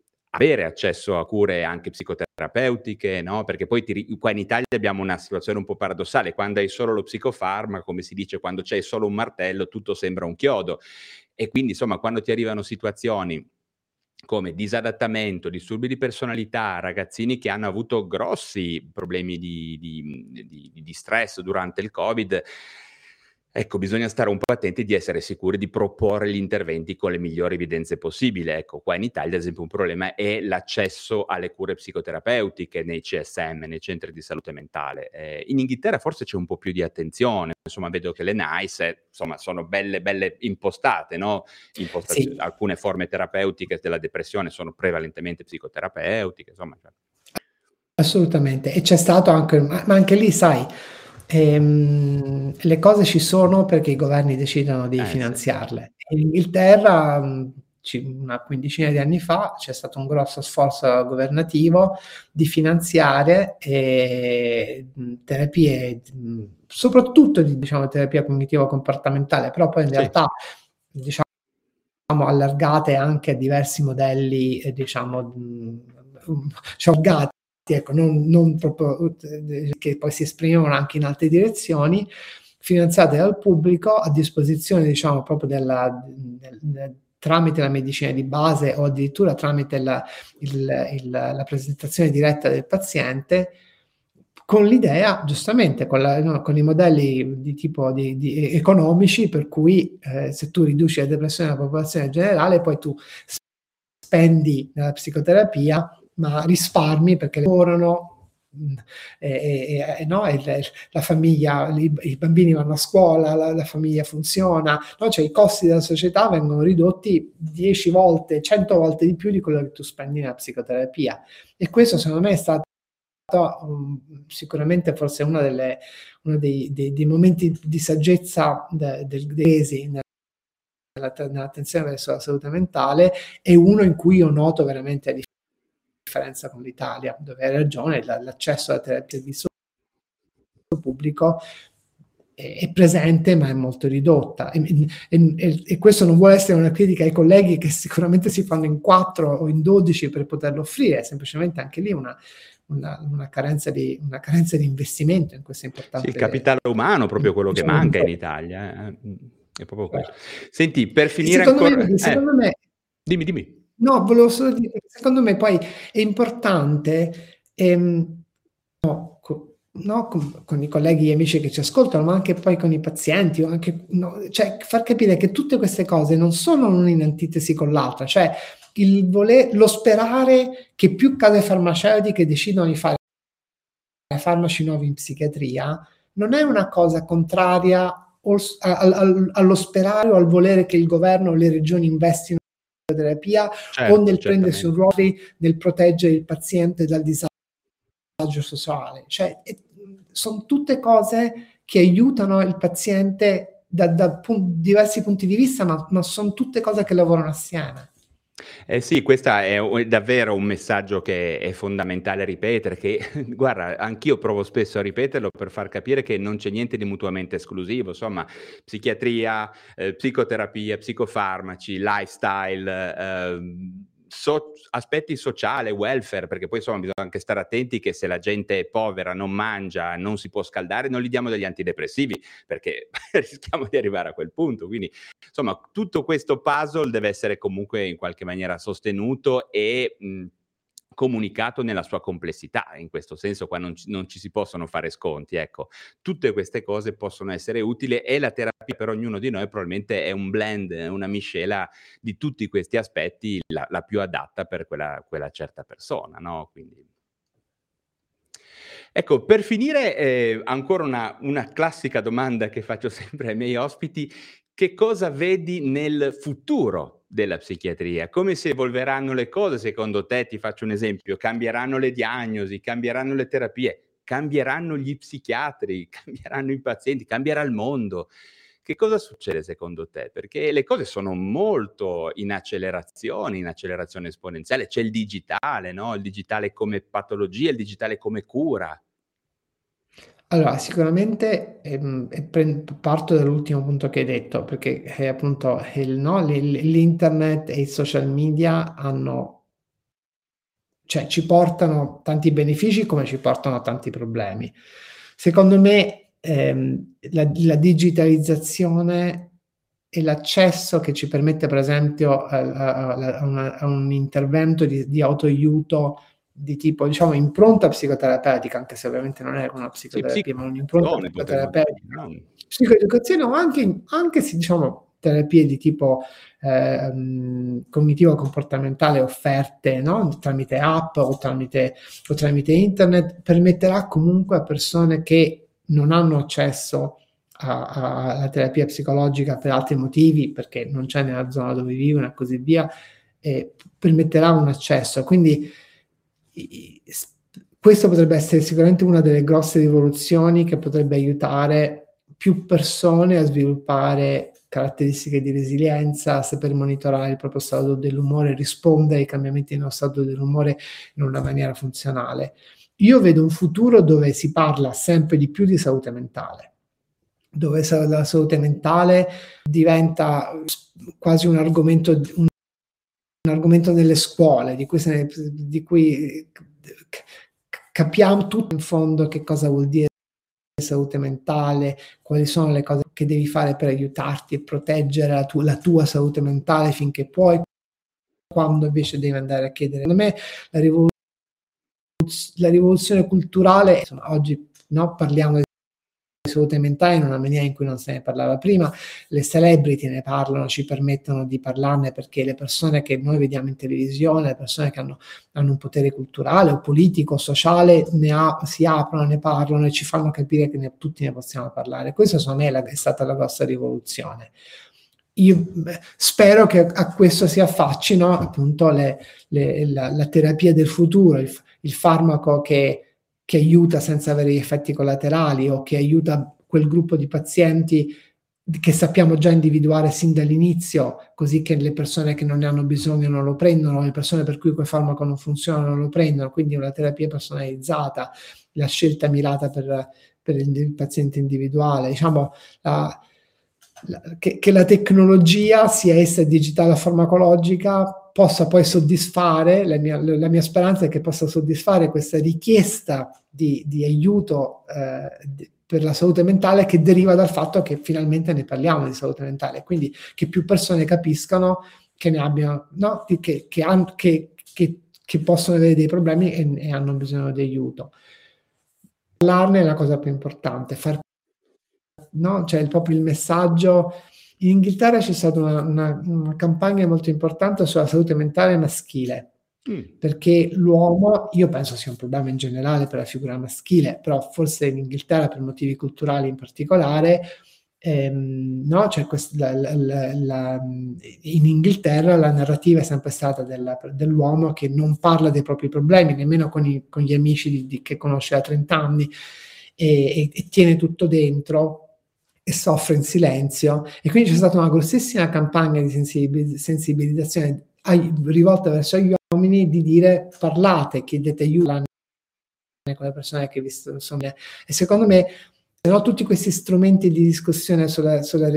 a cure anche psicoterapeutiche, no? Perché poi qua in Italia abbiamo una situazione un po' paradossale, quando hai solo lo psicofarmaco, come si dice, quando c'è solo un martello tutto sembra un chiodo. E quindi, insomma, quando ti arrivano situazioni come disadattamento, disturbi di personalità, ragazzini che hanno avuto grossi problemi di stress durante il Covid, ecco, bisogna stare un po' attenti di essere sicuri di proporre gli interventi con le migliori evidenze possibili. Ecco, qua in Italia, ad esempio, un problema è l'accesso alle cure psicoterapeutiche nei CSM, nei centri di salute mentale. In Inghilterra forse c'è un po' più di attenzione, insomma, vedo che le NICE, insomma, sono belle impostate, no? Sì. Alcune forme terapeutiche della depressione sono prevalentemente psicoterapeutiche, insomma. Assolutamente. E c'è stato anche, ma anche lì, sai, le cose ci sono perché i governi decidono di Sì. finanziarle. In Inghilterra, una quindicina di anni fa, c'è stato un grosso sforzo governativo di finanziare terapie, soprattutto diciamo terapia cognitivo-comportamentale, però poi in Sì. realtà diciamo allargate anche a diversi modelli, diciamo allargati, ecco, non proprio che poi si esprimono anche in altre direzioni, finanziate dal pubblico, a disposizione, diciamo, proprio tramite la medicina di base o addirittura tramite la presentazione diretta del paziente, con l'idea, giustamente, con i modelli di tipo di economici, per cui se tu riduci la depressione della popolazione generale, poi tu spendi nella psicoterapia, ma risparmi perché lavorano, no? La famiglia, i bambini vanno a scuola, la famiglia funziona, no? Cioè i costi della società vengono ridotti 10 volte, 100 volte di più di quello che tu spendi nella psicoterapia. E questo secondo me è stato sicuramente forse uno dei momenti di saggezza del paese nell'attenzione verso la salute mentale, è uno in cui io noto veramente la differenza con l'Italia, dove hai ragione, l'accesso alla terapia di pubblico è presente ma è molto ridotta, e questo non vuole essere una critica ai colleghi che sicuramente si fanno in 4 o in 12 per poterlo offrire, è semplicemente anche lì una carenza di investimento in questo importante. Sì, il capitale umano, proprio quello che manca in Italia, è proprio quello. Senti, per finire secondo me dimmi. No, volevo solo dire che secondo me poi è importante, con i colleghi e amici che ci ascoltano, ma anche poi con i pazienti, o anche, cioè far capire che tutte queste cose non sono una in antitesi con l'altra, cioè lo sperare che più case farmaceutiche decidono di fare farmaci nuovi in psichiatria non è una cosa contraria allo sperare o al volere che il governo o le regioni investino in terapia, certo, o nel prendersi un ruolo nel proteggere il paziente dal disagio sociale. Cioè, sono tutte cose che aiutano il paziente da diversi punti di vista, ma sono tutte cose che lavorano assieme. Sì, questo è davvero un messaggio che è fondamentale ripetere, che guarda, anch'io provo spesso a ripeterlo per far capire che non c'è niente di mutuamente esclusivo, insomma, psichiatria, psicoterapia, psicofarmaci, lifestyle, aspetti sociali, welfare, perché poi insomma bisogna anche stare attenti che se la gente è povera, non mangia, non si può scaldare, non gli diamo degli antidepressivi, perché rischiamo di arrivare a quel punto. Quindi insomma tutto questo puzzle deve essere comunque in qualche maniera sostenuto e comunicato nella sua complessità. In questo senso qua non ci si possono fare sconti, ecco. Tutte queste cose possono essere utili e la terapia per ognuno di noi probabilmente è un blend, è una miscela di tutti questi aspetti, la più adatta per quella certa persona, no? Quindi ecco, per finire, ancora una classica domanda che faccio sempre ai miei ospiti: che cosa vedi nel futuro della psichiatria? Come si evolveranno le cose secondo te? Ti faccio un esempio: cambieranno le diagnosi, cambieranno le terapie, cambieranno gli psichiatri, cambieranno i pazienti, cambierà il mondo. Che cosa succede secondo te? Perché le cose sono molto in accelerazione esponenziale. C'è il digitale, no, il digitale come patologia, il digitale come cura. Allora, sicuramente, parto dall'ultimo punto che hai detto, perché appunto l'internet e i social media ci portano tanti benefici come ci portano tanti problemi. Secondo me la digitalizzazione e l'accesso che ci permette, per esempio, a un intervento di autoaiuto di tipo, diciamo, impronta psicoterapeutica, anche se ovviamente non è una Sì, psicoterapia, ma un'impronta potremmo dire, psicoterapeutica, no? psicoeducazione, o anche se, diciamo, terapie di tipo cognitivo-comportamentale offerte, no? Tramite app o tramite internet, permetterà comunque a persone che non hanno accesso alla terapia psicologica per altri motivi, perché non c'è nella zona dove vivono e così via, permetterà un accesso. Quindi questo potrebbe essere sicuramente una delle grosse rivoluzioni che potrebbe aiutare più persone a sviluppare caratteristiche di resilienza, saper monitorare il proprio stato dell'umore, rispondere ai cambiamenti nello stato dell'umore in una maniera funzionale. Io vedo un futuro dove si parla sempre di più di salute mentale, dove la salute mentale diventa quasi un argomento nelle scuole, di cui capiamo tutto in fondo che cosa vuol dire salute mentale, quali sono le cose che devi fare per aiutarti e proteggere la tua salute mentale finché puoi, quando invece devi andare a chiedere. Secondo me la rivoluzione culturale, insomma, oggi parliamo di salute mentale in una maniera in cui non se ne parlava prima, le celebrity ne parlano, ci permettono di parlarne, perché le persone che noi vediamo in televisione, le persone che hanno un potere culturale o politico, sociale, si aprono, ne parlano e ci fanno capire che tutti ne possiamo parlare. Questa secondo me è stata la grossa rivoluzione. Io spero che a questo si affaccino appunto la terapia del futuro, il farmaco che aiuta senza avere gli effetti collaterali, o che aiuta quel gruppo di pazienti che sappiamo già individuare sin dall'inizio, così che le persone che non ne hanno bisogno non lo prendono, le persone per cui quel farmaco non funziona non lo prendono, quindi una terapia personalizzata, la scelta mirata per il paziente individuale. Diciamo che la tecnologia, sia essa digitale o farmacologica, possa poi soddisfare, la mia speranza è che possa soddisfare questa richiesta di aiuto per la salute mentale, che deriva dal fatto che finalmente ne parliamo di salute mentale, quindi che più persone capiscano che ne abbiano, no? che possono avere dei problemi e hanno bisogno di aiuto. Parlarne è la cosa più importante, cioè proprio il messaggio. In Inghilterra c'è stata una campagna molto importante sulla salute mentale maschile, perché l'uomo, io penso sia un problema in generale per la figura maschile, però forse in Inghilterra per motivi culturali in particolare, c'è in Inghilterra la narrativa è sempre stata dell'uomo che non parla dei propri problemi, nemmeno con gli amici che conosce da 30 anni, e tiene tutto dentro e soffre in silenzio. E quindi c'è stata una grossissima campagna di sensibilizzazione rivolta verso gli uomini, di dire: parlate, chiedete aiuto con le persone che vi sono. E secondo me, tutti questi strumenti di discussione sulla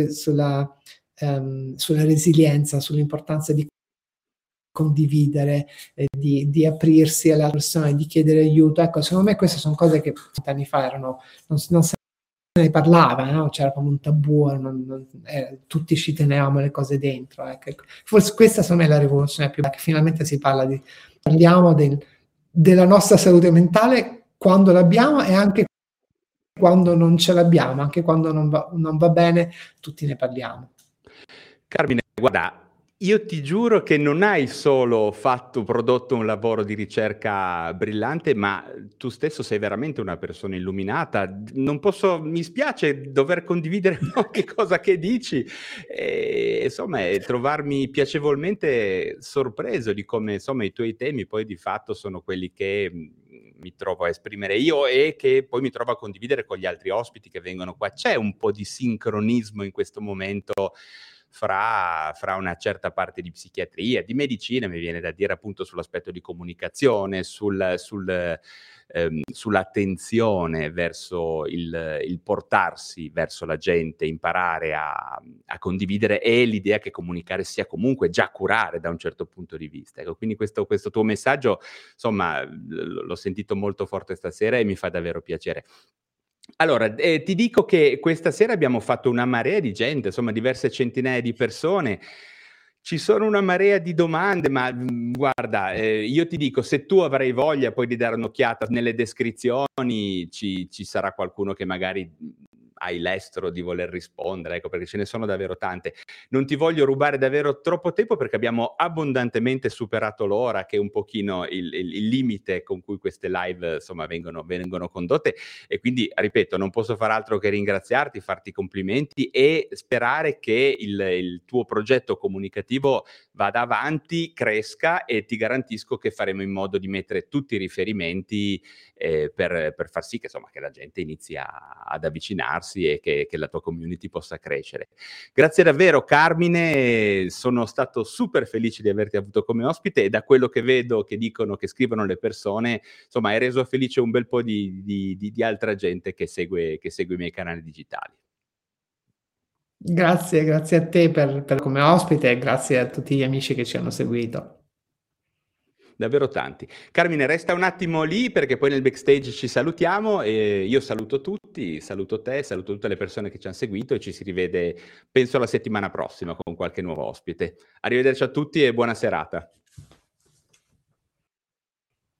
resilienza, sull'importanza di condividere, di aprirsi alla persona, di chiedere aiuto, ecco, secondo me queste sono cose che 20 anni fa non se ne parlava, no? C'era come un tabù, tutti ci tenevamo le cose dentro, ecco. Forse questa secondo me è la rivoluzione più bella, che finalmente parliamo della nostra salute mentale quando l'abbiamo, e anche quando non ce l'abbiamo, anche quando non va bene, tutti ne parliamo. Carmine, guarda, io ti giuro che non hai solo prodotto un lavoro di ricerca brillante, ma tu stesso sei veramente una persona illuminata. Mi spiace dover condividere qualche cosa che dici, insomma, e trovarmi piacevolmente sorpreso di come, insomma, i tuoi temi poi di fatto sono quelli che mi trovo a esprimere io e che poi mi trovo a condividere con gli altri ospiti che vengono qua. C'è un po' di sincronismo in questo momento fra una certa parte di psichiatria, di medicina, mi viene da dire, appunto, sull'aspetto di comunicazione, sull'attenzione verso il portarsi verso la gente, imparare a condividere, e l'idea che comunicare sia comunque già curare da un certo punto di vista. Ecco, quindi questo tuo messaggio, insomma, l'ho sentito molto forte stasera e mi fa davvero piacere. Allora, ti dico che questa sera abbiamo fatto una marea di gente, insomma diverse centinaia di persone. Ci sono una marea di domande, ma guarda, io ti dico, se tu avrai voglia poi di dare un'occhiata nelle descrizioni, ci sarà qualcuno che magari hai l'estro di voler rispondere, ecco, perché ce ne sono davvero tante. Non ti voglio rubare davvero troppo tempo perché abbiamo abbondantemente superato l'ora, che è un pochino il limite con cui queste live, insomma, vengono condotte, e quindi, ripeto, non posso far altro che ringraziarti, farti complimenti e sperare che il tuo progetto comunicativo vada avanti, cresca, e ti garantisco che faremo in modo di mettere tutti i riferimenti per far sì che, insomma, che la gente inizi ad avvicinarsi e che la tua community possa crescere. Grazie davvero Carmine, sono stato super felice di averti avuto come ospite, e da quello che vedo, che dicono, che scrivono le persone, insomma, hai reso felice un bel po' di altra gente che segue i miei canali digitali. Grazie a te per come ospite e grazie a tutti gli amici che ci hanno seguito. Davvero tanti. Carmine, resta un attimo lì perché poi nel backstage ci salutiamo, e io saluto tutti, saluto te, saluto tutte le persone che ci hanno seguito, e ci si rivede, penso, la settimana prossima con qualche nuovo ospite. Arrivederci a tutti e buona serata.